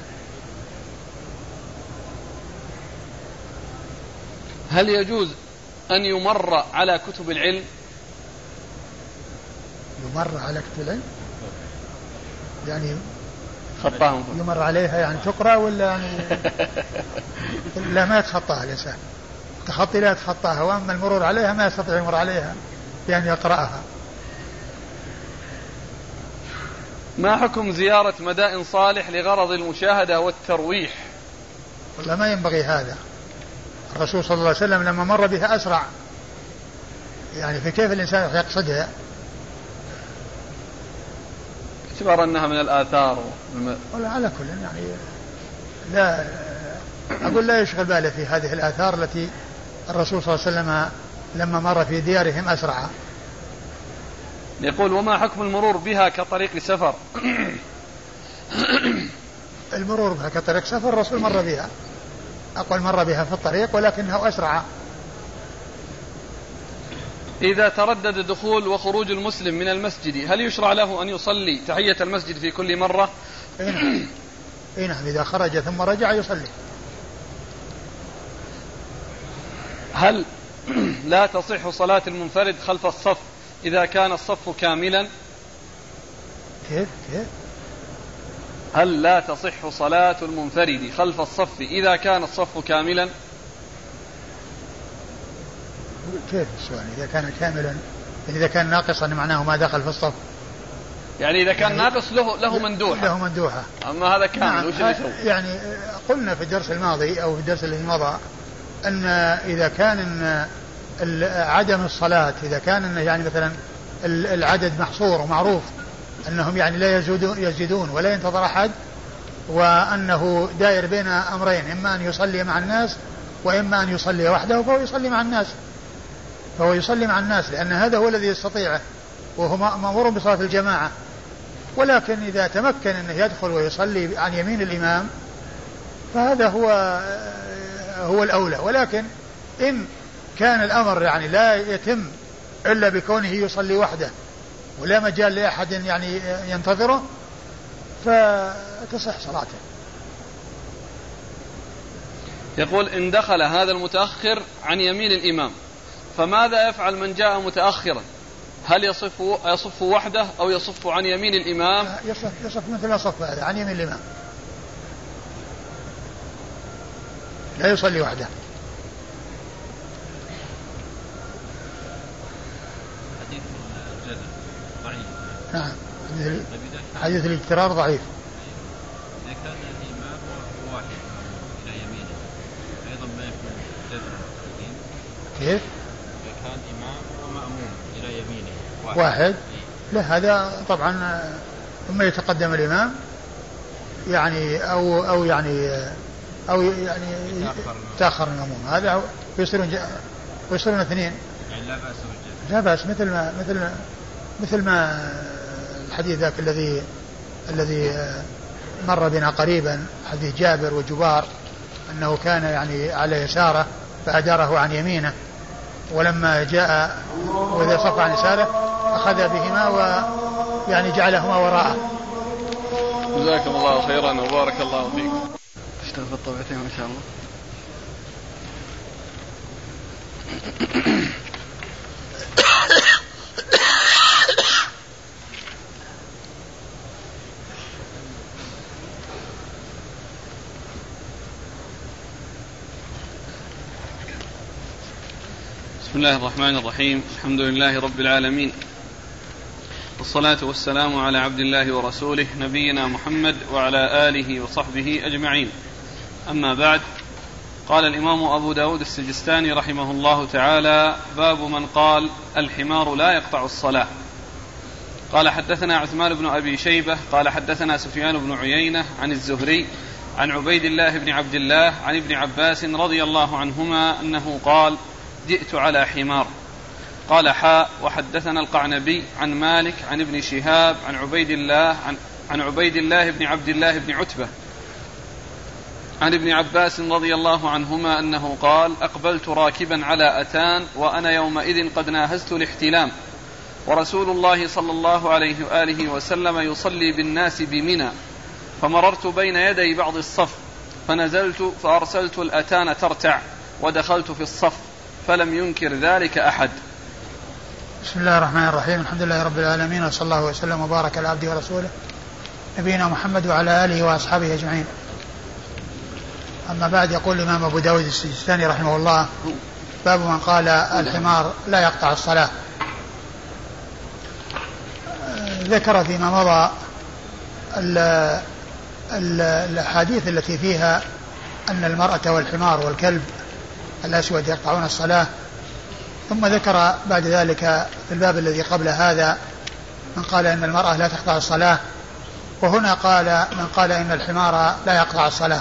S2: هل يجوز أن يمر على كتب العلم؟
S1: يمر على كتب العلم يعني
S2: خطاهم
S1: يمر عليها يعني تقرأ ولا يعني لا ما يتخطاها الإنسان، تخطي لا يتخطاها، وأما المرور عليها ما يستطيع يمر عليها يعني يقرأها.
S2: ما حكم زيارة مدائن صالح لغرض المشاهدة والترويح؟
S1: والله ما ينبغي هذا، الرسول صلى الله عليه وسلم لما مر بها أسرع، يعني فكيف الإنسان يقصدها؟
S2: اعتبار أنها من الآثار
S1: ولا على كل يعني لا أقول لا يشغل باله في هذه الآثار التي الرسول صلى الله عليه وسلم لما مر في ديارهم أسرع.
S2: يقول وما حكم المرور بها كطريق سفر؟
S1: المرور بها كطريق سفر الرسول مر بها، أقول مر بها في الطريق ولكنه أسرع.
S2: إذا تردد دخول وخروج المسلم من المسجد هل يشرع له أن يصلي تحية المسجد في كل مرة؟
S1: إيه نعم، إذا خرج ثم رجع يصلي.
S2: هل لا تصح صلاة المنفرد خلف الصف إذا كان الصف كاملا؟
S1: كيف؟
S2: هل لا تصح صلاة المنفرد خلف الصف إذا كان الصف كاملا؟
S1: كيف السؤال؟ إذا كان كاملا، إذا كان ناقصا معناه ما دخل في الصف،
S2: يعني إذا كان ناقص له مندوحة، أما هذا كامل وش يسوي؟
S1: يعني قلنا في الدرس الماضي أو في الدرس الذي مضى أن إذا كان عدم الصلاة، إذا كان يعني مثلا العدد محصور ومعروف أنهم يعني لا يزيدون ولا ينتظر أحد، وأنه دائر بين أمرين، إما أن يصلي مع الناس وإما أن يصلي وحده، فهو يصلي مع الناس لأن هذا هو الذي يستطيعه وهو مأمور بصلاة الجماعة. ولكن إذا تمكن أنه يدخل ويصلي عن يمين الإمام فهذا هو الأولى. ولكن إن كان الأمر يعني لا يتم إلا بكونه يصلي وحده ولا مجال لأحد يعني ينتظره فتصح صلاته.
S2: يقول إن دخل هذا المتأخر عن يمين الإمام فماذا يفعل من جاء متأخرا؟ هل يصف وحده أو يصف عن يمين الإمام؟
S1: يصف مثل ما صف هذا عن يمين الإمام، لا يصلي وحده.
S4: حديث الجزم ضعيف.
S1: نعم، حديث الاضطرار ضعيف.
S4: إذا كان الإمام واحد إلى يمينه أيضا ما يكون جزم.
S1: كيف؟
S4: إذا كان إمام ومأموم إلى يمينه
S1: واحد. لا، هذا طبعا ثم يتقدم الإمام يعني أو يعني تأخر المأموم، هذا ويصيرون اثنين.
S4: يعني لا بأس بالجزم.
S1: لا بأس، مثل ما الحديث ذاك الذي مر بنا قريبا، حديث جابر وجبار، أنه كان يعني على يساره فأداره عن يمينه، ولما جاء وإذا صف عن يساره أخذ بهما ويعني جعلهما وراءه.
S2: جزاكم الله خيرا وبارك الله فيكم.
S5: اشتغل في الطبعتين ما شاء الله.
S2: بسم الله الرحمن الرحيم. الحمد لله رب العالمين، والصلاة والسلام على عبد الله ورسوله نبينا محمد وعلى آله وصحبه أجمعين. أما بعد، قال الإمام أبو داود السجستاني رحمه الله تعالى: باب من قال الحمار لا يقطع الصلاة. قال حدثنا عثمان بن أبي شيبة قال حدثنا سفيان بن عيينة عن الزهري عن عبيد الله بن عبد الله عن ابن عباس رضي الله عنهما أنه قال: جئت على حمار. قال: حاء. وحدثنا القعنبي عن مالك عن ابن شهاب عن عبيد الله بن عبد الله بن عتبة عن ابن عباس رضي الله عنهما أنه قال: أقبلت راكبا على أتان وأنا يومئذ قد ناهزت الاحتلام، ورسول الله صلى الله عليه وآله وسلم يصلي بالناس بمنى، فمررت بين يدي بعض الصف فنزلت فأرسلت الأتان ترتع ودخلت في الصف فلم ينكر ذلك أحد.
S1: بسم الله الرحمن الرحيم. الحمد لله رب العالمين، وصلى الله وسلم وبارك على عبده ورسوله نبينا محمد وعلى آله وأصحابه أجمعين. أما بعد، يقول الإمام أبو داود السجستاني رحمه الله: باب من قال الحمار لا يقطع الصلاة. ذكر فيما مضى الأحاديث التي فيها أن المرأة والحمار والكلب الأسود يقطعون الصلاة، ثم ذكر بعد ذلك في الباب الذي قبل هذا من قال إن المرأة لا تقطع الصلاة، وهنا قال من قال إن الحمار لا يقطع الصلاة.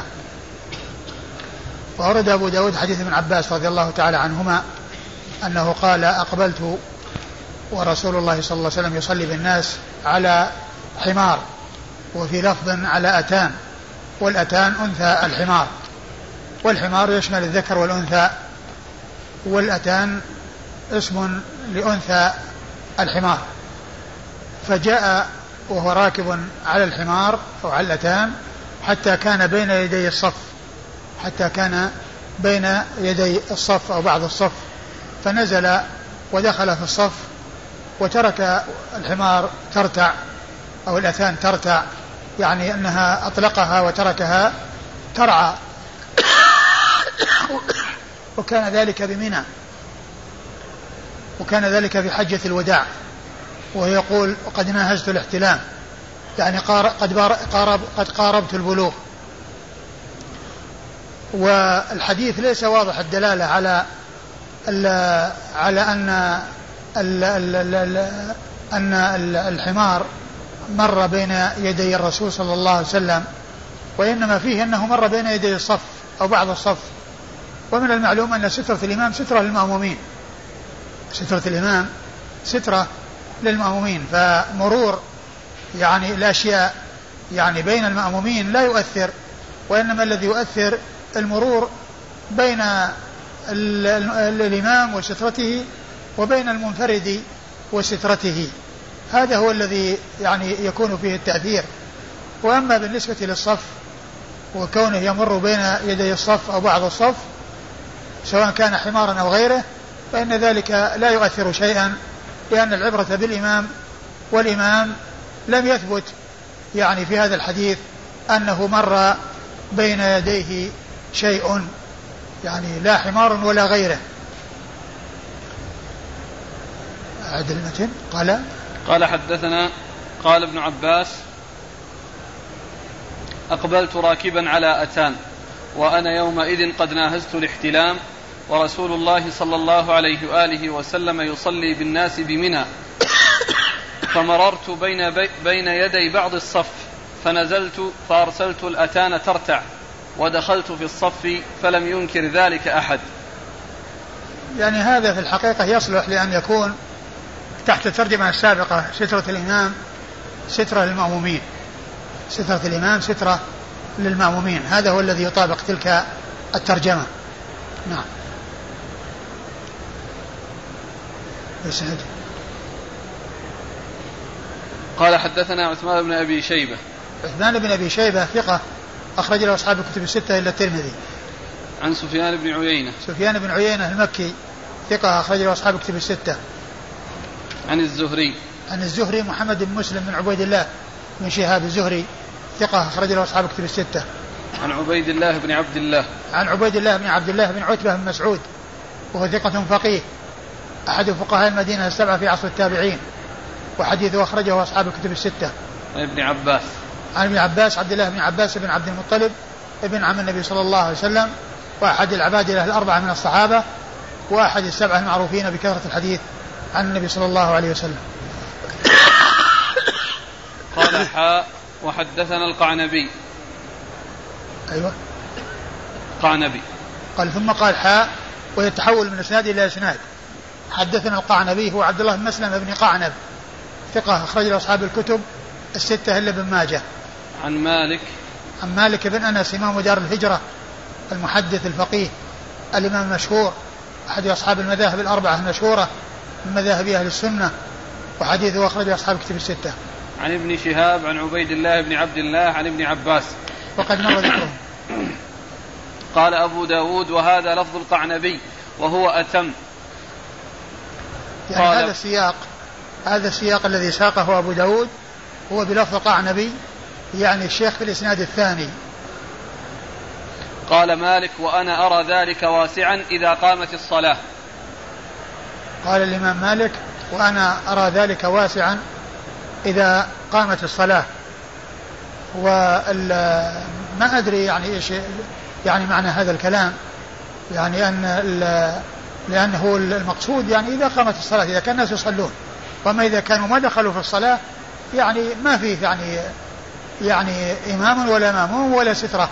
S1: وأورد أبو داود حديث ابن عباس رضي الله تعالى عنهما أنه قال: أقبلت ورسول الله صلى الله عليه وسلم يصلي بالناس على حمار، وفي لفظ على أتان، والأتان أنثى الحمار، والحمار يشمل الذكر والأنثى، والأتان اسم لأنثى الحمار. فجاء وهو راكب على الحمار أو على الأتان حتى كان بين يدي الصف، حتى كان بين يدي الصف أو بعض الصف، فنزل ودخل في الصف وترك الحمار ترتع أو الأتان ترتع، يعني أنها أطلقها وتركها ترعى. وكان ذلك بمنى، وكان ذلك في حجة الوداع، ويقول: قد ناهزت الاحتلام، يعني قد قاربت البلوغ. والحديث ليس واضح الدلالة على أن الحمار مر بين يدي الرسول صلى الله عليه وسلم، وإنما فيه أنه مر بين يدي الصف أو بعض الصف. ومن المعلوم أن سترة الإمام سترة للمأمومين، سترة الإمام سترة للمأمومين، فمرور يعني الأشياء يعني بين المأمومين لا يؤثر، وإنما الذي يؤثر المرور بين الإمام وسترته وبين المنفرد وسترته، هذا هو الذي يعني يكون فيه التأثير. وأما بالنسبة للصف وكونه يمر بين يدي الصف أو بعض الصف سواء كان حمارا أو غيره، فإن ذلك لا يؤثر شيئا، لأن العبرة بالإمام، والإمام لم يثبت يعني في هذا الحديث أنه مر بين يديه شيء، يعني لا حمار ولا غيره. أعد المتن.
S2: قال حدثنا قال ابن عباس: أقبلت راكبا على أتان وأنا يومئذ قد ناهزت الاحتلام، ورسول الله صلى الله عليه وآله وسلم يصلي بالناس بمنى، فمررت بين يدي بعض الصف فنزلت فأرسلت الأتان ترتع ودخلت في الصف فلم ينكر ذلك أحد.
S1: يعني هذا في الحقيقة يصلح لأن يكون تحت الترجمة السابقة: سترة الإمام سترة للمأمومين، سترة الإمام سترة للمأمومين، هذا هو الذي يطابق تلك الترجمة. نعم.
S2: قال حدثنا عثمان بن أبي شيبة
S1: عثمان بن أبي شيبة ثقة أخرج له أصحاب الكتب الستة إلا الترمذي.
S2: عن سفيان بن عيينة.
S1: سفيان بن عيينة المكي ثقة أخرج له أصحاب الكتب الستة.
S2: عن الزهري.
S1: عن الزهري محمد بن مسلم بن عبيد الله بن شهاب الزهري ثقة أخرج له أصحاب الكتب الستة.
S2: عن عبيد الله بن عبد الله.
S1: عن عبيد الله بن عبد الله بن عتبة بن مسعود وهو ثقة فقيه أحد فقهاء المدينة السبعة في عصر التابعين وحديثه أخرجه أصحاب الكتب الستة.
S2: عن ابن عباس.
S1: عن ابن عباس عبد الله بن عباس بن عبد المطلب ابن عم النبي صلى الله عليه وسلم وأحد العبادلة الأربعة من الصحابة وأحد السبعة المعروفين بكثرة الحديث عن النبي صلى الله عليه وسلم.
S2: قال حاء وحدثنا القعنبي.
S1: أيوة
S2: قعنبي.
S1: قال ثم قال حاء ويتحول من إسناد إلى إسناد. حدثنا القعنبي هو عبد الله بن مسلم بن قعنب ثقة أخرج له أصحاب الكتب الستة إلا ابن ماجه.
S2: عن مالك.
S1: عن مالك بن أنس إمام دار الهجرة المحدث الفقيه الإمام المشهور أحد أصحاب المذاهب الأربعة المشهورة من مذاهب أهل السنة وحديثه أخرج أصحاب الكتب الستة.
S2: عن ابن شهاب عن عبيد الله بن عبد الله عن ابن عباس
S1: وقد مر ذكره.
S2: قال أبو داود وهذا لفظ القعنبي وهو أتم.
S1: يعني هذا السياق الذي ساقه أبو داود هو بلفظ قعنبي يعني الشيخ في الإسناد الثاني.
S2: قال مالك وأنا أرى ذلك واسعا إذا قامت الصلاة.
S1: قال الإمام مالك وأنا أرى ذلك واسعا إذا قامت الصلاة. وما أدري يعني إيش يعني معنى هذا الكلام يعني لأنه المقصود يعني إذا قامت الصلاة إذا كان الناس يصلون وما إذا كانوا ما دخلوا في الصلاة يعني ما فيه يعني إمام ولا ماموم ولا سترة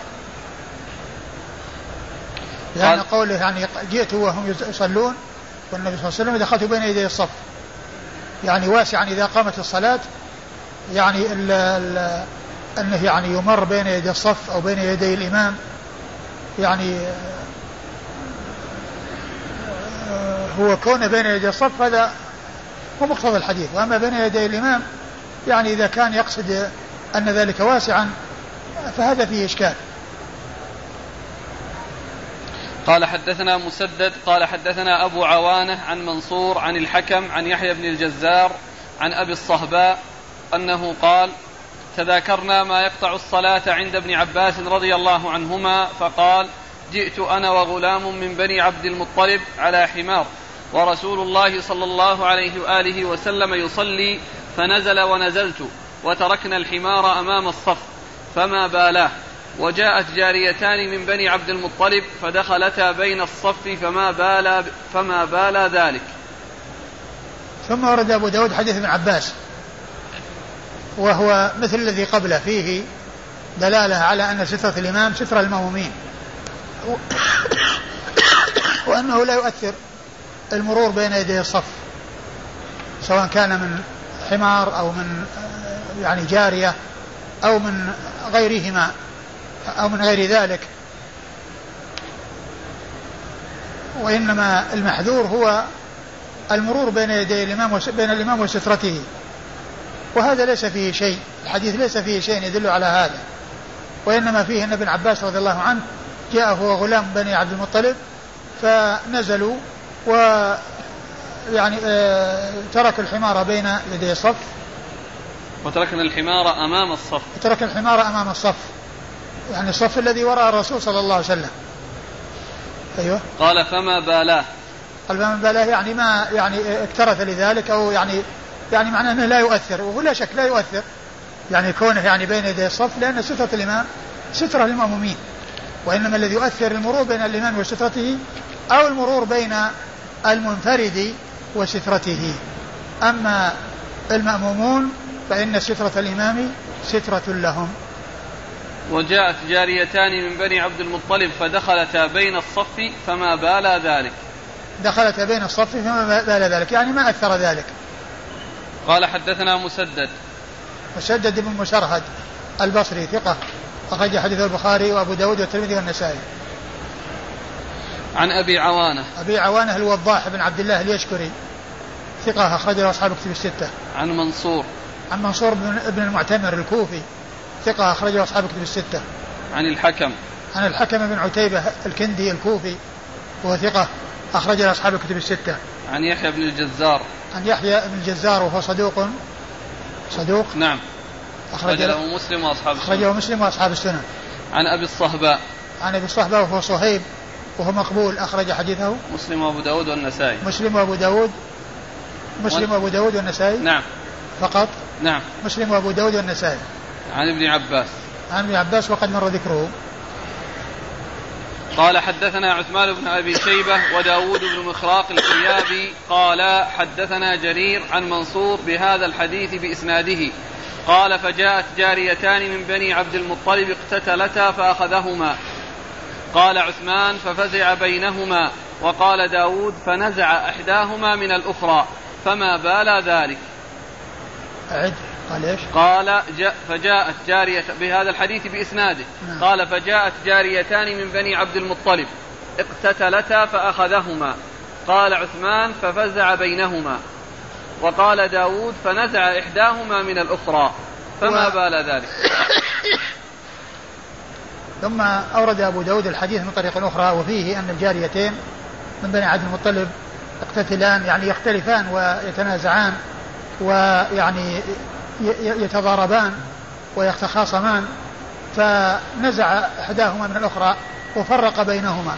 S1: يعني قوله يعني جئت وهم يصلون والنبي صلى الله عليه وسلم دخلت بين يدي الصف يعني واسعا إذا قامت الصلاة يعني أنه يعني يمر بين يدي الصف أو بين يدي الإمام يعني هو كون بين يدي الصف هذا هو مقتضى الحديث. وأما بين يدي الإمام يعني إذا كان يقصد أن ذلك واسعا فهذا فيه إشكال.
S2: قال حدثنا مسدد قال حدثنا أبو عوانة عن منصور عن الحكم عن يحيى بن الجزار عن أبي الصهباء أنه قال تذاكرنا ما يقطع الصلاة عند ابن عباس رضي الله عنهما فقال جئت أنا وغلام من بني عبد المطلب على حمار ورسول الله صلى الله عليه وآله وسلم يصلي فنزل ونزلت وتركنا الحمار أمام الصف فما بالاه وجاءت جاريتان من بني عبد المطلب فدخلتا بين الصف فما بال ذلك.
S1: ثم ورد أبو داود حديث ابن عباس وهو مثل الذي قبله فيه دلالة على أن سترة الإمام سترة المأمومين وأنه لا يؤثر المرور بين يدي الصف سواء كان من حمار أو من يعني جارية أو من غيرهما أو من غير ذلك. وإنما المحذور هو المرور بين يدي الإمام بين الإمام وسترته وهذا ليس فيه شيء. الحديث ليس فيه شيء يدل على هذا وإنما فيه أن ابن عباس رضي الله عنه جاء هو غلام بني عبد المطلب فنزلوا ويعني ترك الحمار بين يدي الصف
S2: وتركنا الحمار أمام الصف.
S1: ترك الحمار أمام الصف يعني الصف الذي وراء الرسول صلى الله عليه وسلم. أيوة.
S2: قال فما بالاه.
S1: قال فما بالاه يعني ما يعني اكترث لذلك أو يعني معناه أنه لا يؤثر وهو لا شك لا يؤثر يعني كونه يعني بين يدي الصف لأن سترة الإمام سترة للمأمومين وإنما الذي يؤثر المرور بين الإمام وسترته أو المرور بين المنفرد وسترته. أما المأمومون فإن سترة الإمام سترة لهم.
S2: وجاءت جاريتان من بني عبد المطلب فدخلتا بين الصف فما بال ذلك.
S1: دخلتا بين الصف فما بال ذلك يعني ما أثر ذلك.
S2: قال حدثنا مسدد
S1: بن مسرهد البصري ثقة أخرج حديث البخاري وأبو داود والترمذي والنسائي.
S2: عن أبي عوانة
S1: الوضاح بن عبد الله اليشكري ثقة أخرج له أصحاب الكتب الستة.
S2: عن منصور
S1: بن المعتمر الكوفي ثقة أخرجه أصحاب الكتب الستة.
S2: عن الحكم
S1: بن عتيبة الكندي الكوفي وهو ثقة أخرج أصحاب الكتب الستة.
S2: عن يحيى بن الجزار
S1: وهو صدوق
S2: نعم أخرجه مسلم
S1: وأصحاب السنن.
S2: عن أبي الصهباء
S1: وهو صهيب وهو مقبول أخرج حديثه
S2: مسلم وأبو داود والنسائي
S1: نعم فقط.
S2: نعم
S1: مسلم وأبو داود والنسائي.
S2: عن ابن عباس
S1: وقد مر ذكره.
S2: قال حدثنا عثمان بن أبي شيبة وداود بن مخراق الكيابي قال حدثنا جرير عن منصور بهذا الحديث بإسناده قال فجاءت جاريتان من بني عبد المطلب اقتتلتا فأخذهما. قال عثمان ففزع بينهما. وقال داود فنزع إحداهما من الأخرى فما بال ذلك.
S1: قال إيش؟
S2: قال فجاءت جارية بهذا الحديث بإسناده. قال فجاءت جاريتان من بني عبد المطلب اقتتلتا فأخذهما. قال عثمان ففزع بينهما. وقال داود فنزع إحداهما من الأخرى فما بال ذلك.
S1: ثم أورد أبو داود الحديث من طريق أخرى وفيه أن الجاريتين من بني عبد المطلب اقتتلان يعني يختلفان ويتنازعان ويعني يتضاربان ويتخاصمان فنزع إحداهما من الأخرى وفرق بينهما.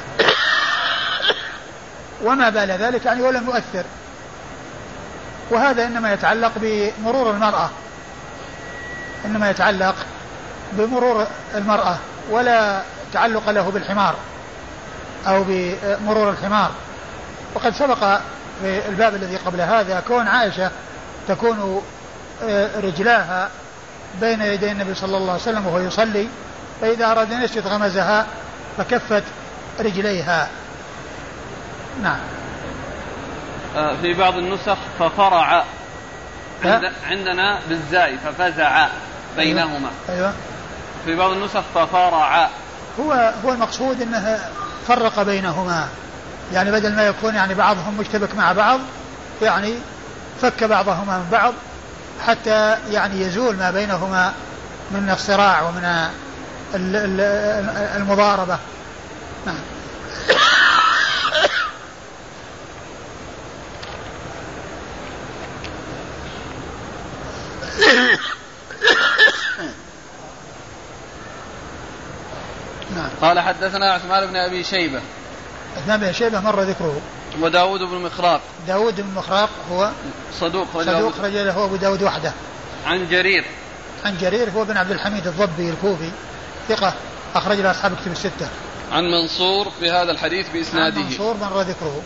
S1: وما بال ذلك يعني ولم يؤثر. وهذا إنما يتعلق بمرور المرأة ولا تعلق له بالحمار أو بمرور الحمار. وقد سبق في الباب الذي قبل هذا كون عائشة تكون رجلاها بين يدي النبي صلى الله عليه وسلم وهو يصلي فإذا أراد أن يسجد غمزها فكفت رجليها. نعم.
S2: في بعض النسخ ففرع عندنا بالزاي ففزع بينهما.
S1: أيوة.
S2: في بعض النسخ ففرع.
S1: هو المقصود أنه فرق بينهما يعني بدل ما يكون يعني بعضهم مشتبك مع بعض يعني فك بعضهما من بعض حتى يعني يزول ما بينهما من الصراع ومن المضاربة. نعم.
S2: قال حدثنا عثمان بن أبي شيبة.
S1: عثمان بن شيبة مر ذكره.
S2: وداود بن مخراق.
S1: داود بن مخراق هو صدوق رجله أبو داود وحده.
S2: عن جرير
S1: هو بن عبد الحميد الضبي الكوفي ثقة أخرج له أصحاب الكتب الستة.
S2: عن منصور بهذا الحديث بإسناده.
S1: منصور مر ذكره.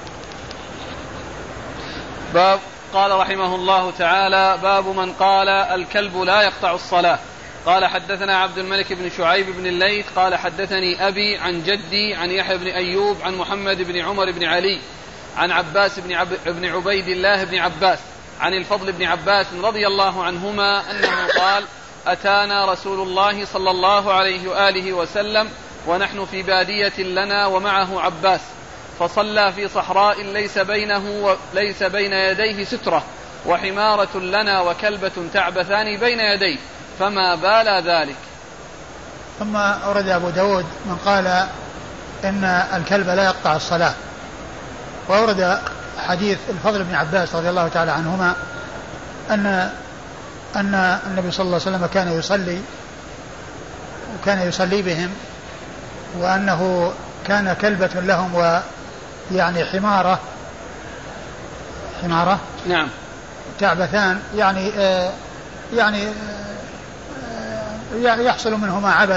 S2: باب قال رحمه الله تعالى باب من قال الكلب لا يقطع الصلاة. قال حدثنا عبد الملك بن شعيب بن الليث قال حدثني أبي عن جدي عن يحيى بن أيوب عن محمد بن عمر بن علي عن عباس بن عبيد الله بن عباس عن الفضل بن عباس رضي الله عنهما أنه قال أتانا رسول الله صلى الله عليه وآله وسلم ونحن في بادية لنا ومعه عباس فصلى في صحراء ليس بين يديه سترة وحمارة لنا وكلبة تعبثان بين يديه فما بال ذلك.
S1: ثم أورد أبو داود من قال إن الكلب لا يقطع الصلاة. وأورد حديث الفضل بن عباس رضي الله تعالى عنهما أن النبي صلى الله عليه وسلم كان يصلي بهم وأنه كان كلبة لهم ويعني حمارة
S2: نعم
S1: تعبثان يعني يحصل منهما عبث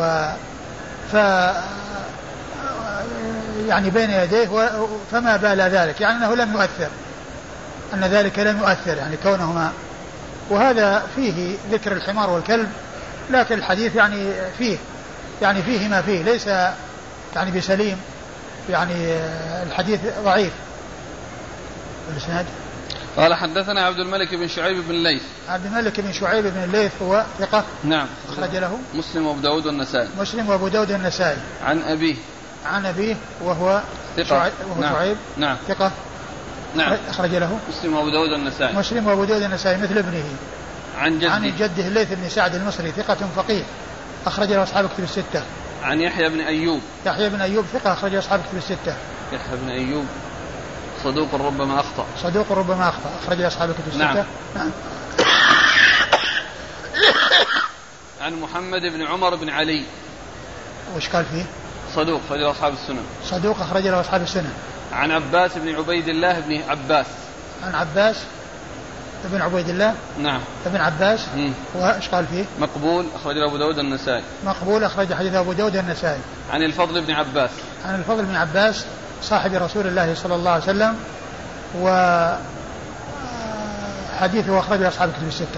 S1: يعني بين يديه فما بال ذلك يعني أنه لم يؤثر أن ذلك لم يؤثر يعني كونهما. وهذا فيه ذكر الحمار والكلب لكن الحديث يعني فيه ما فيه ليس يعني بسليم يعني الحديث ضعيف. الإسناد
S2: قال حدثنا عبد الملك بن شعيب بن الليث.
S1: عبد الملك بن شعيب بن الليث هو ثقة.
S2: نعم.
S1: أخرج له
S2: مسلم وأبو داود والنسائي. عن أبيه وهو
S1: ثقة. شعيب.
S2: نعم.
S1: ثقة.
S2: نعم.
S1: أخرج له
S2: مسلم وأبو داود والنسائي
S1: مثل ابنه.
S2: عن
S1: جده الليث بن سعد المصري ثقة فقيه أخرج له أصحاب كتب الستة.
S2: عن يحيى بن أيوب.
S1: يحيى بن أيوب ثقة أخرج له أصحاب كتب الستة.
S2: يحيى بن أيوب صدوق ربما أخطأ.
S1: صدوق ربما أخطأ أخرج له أصحاب كتب الستة.
S2: نعم.
S1: نعم.
S2: عن محمد بن عمر بن علي.
S1: وش قال فيه؟
S2: صدوق أخرج له أصحاب السنن.
S1: صدوق أخرج له أصحاب السنن.
S2: عن عباس بن عبيد الله بن عباس.
S1: عن عباس بن عبيد الله.
S2: نعم.
S1: ابن عباس. وإيش قال فيه؟
S2: مقبول أخرج له أبو داود النسائي.
S1: مقبول أخرج حديث أبو داود النسائي.
S2: عن الفضل بن عباس.
S1: عن الفضل بن عباس صاحب رسول الله صلى الله عليه وسلم وحديثه أخرج أصحاب الكتب الستة.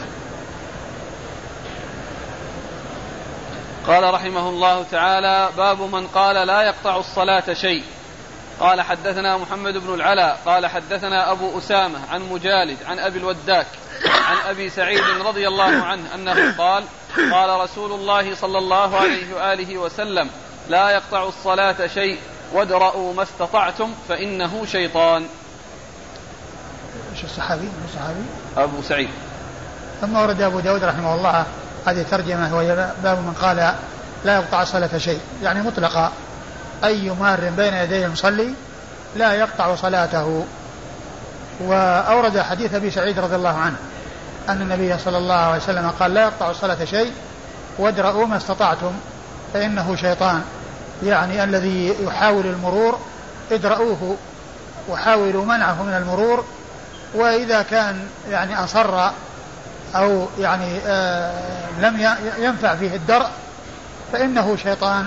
S2: قال رحمه الله تعالى: باب من قال لا يقطع الصلاة شيء. قال حدثنا محمد بن العلاء قال حدثنا أبو أسامة عن مجالد عن أبي الوداك عن أبي سعيد رضي الله عنه أنه قال: قال رسول الله صلى الله عليه وآله وسلم: لا يقطع الصلاة شيء وادرؤوا ما استطعتم فإنه شيطان.
S1: ايش الصحابي؟
S2: أبو سعيد.
S1: ثم ورد أبو داود رحمه الله هذه ترجمة وهي باب من قال لا يقطع الصلاة شيء، يعني مطلقا أي مار بين يدي المصلي لا يقطع صلاته. وأورد حديث أبي سعيد رضي الله عنه أن النبي صلى الله عليه وسلم قال: لا يقطع الصلاة شيء وادرؤوا ما استطعتم فإنه شيطان، يعني الذي يحاول المرور ادرؤوه وحاولوا منعه من المرور، وإذا كان يعني أصر أو يعني لم ينفع فيه الدرء فإنه شيطان،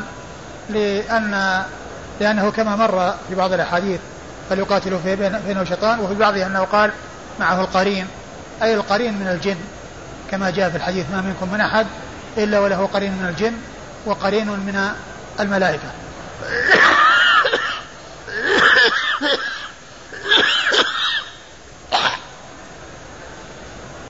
S1: لأنه كما مر في بعض الأحاديث فليقاتلوا فإنه شيطان، وفي بعضها أنه قال معه القرين، أي القرين من الجن، كما جاء في الحديث: ما منكم من أحد إلا وله قرين من الجن وقرين من الملائكة.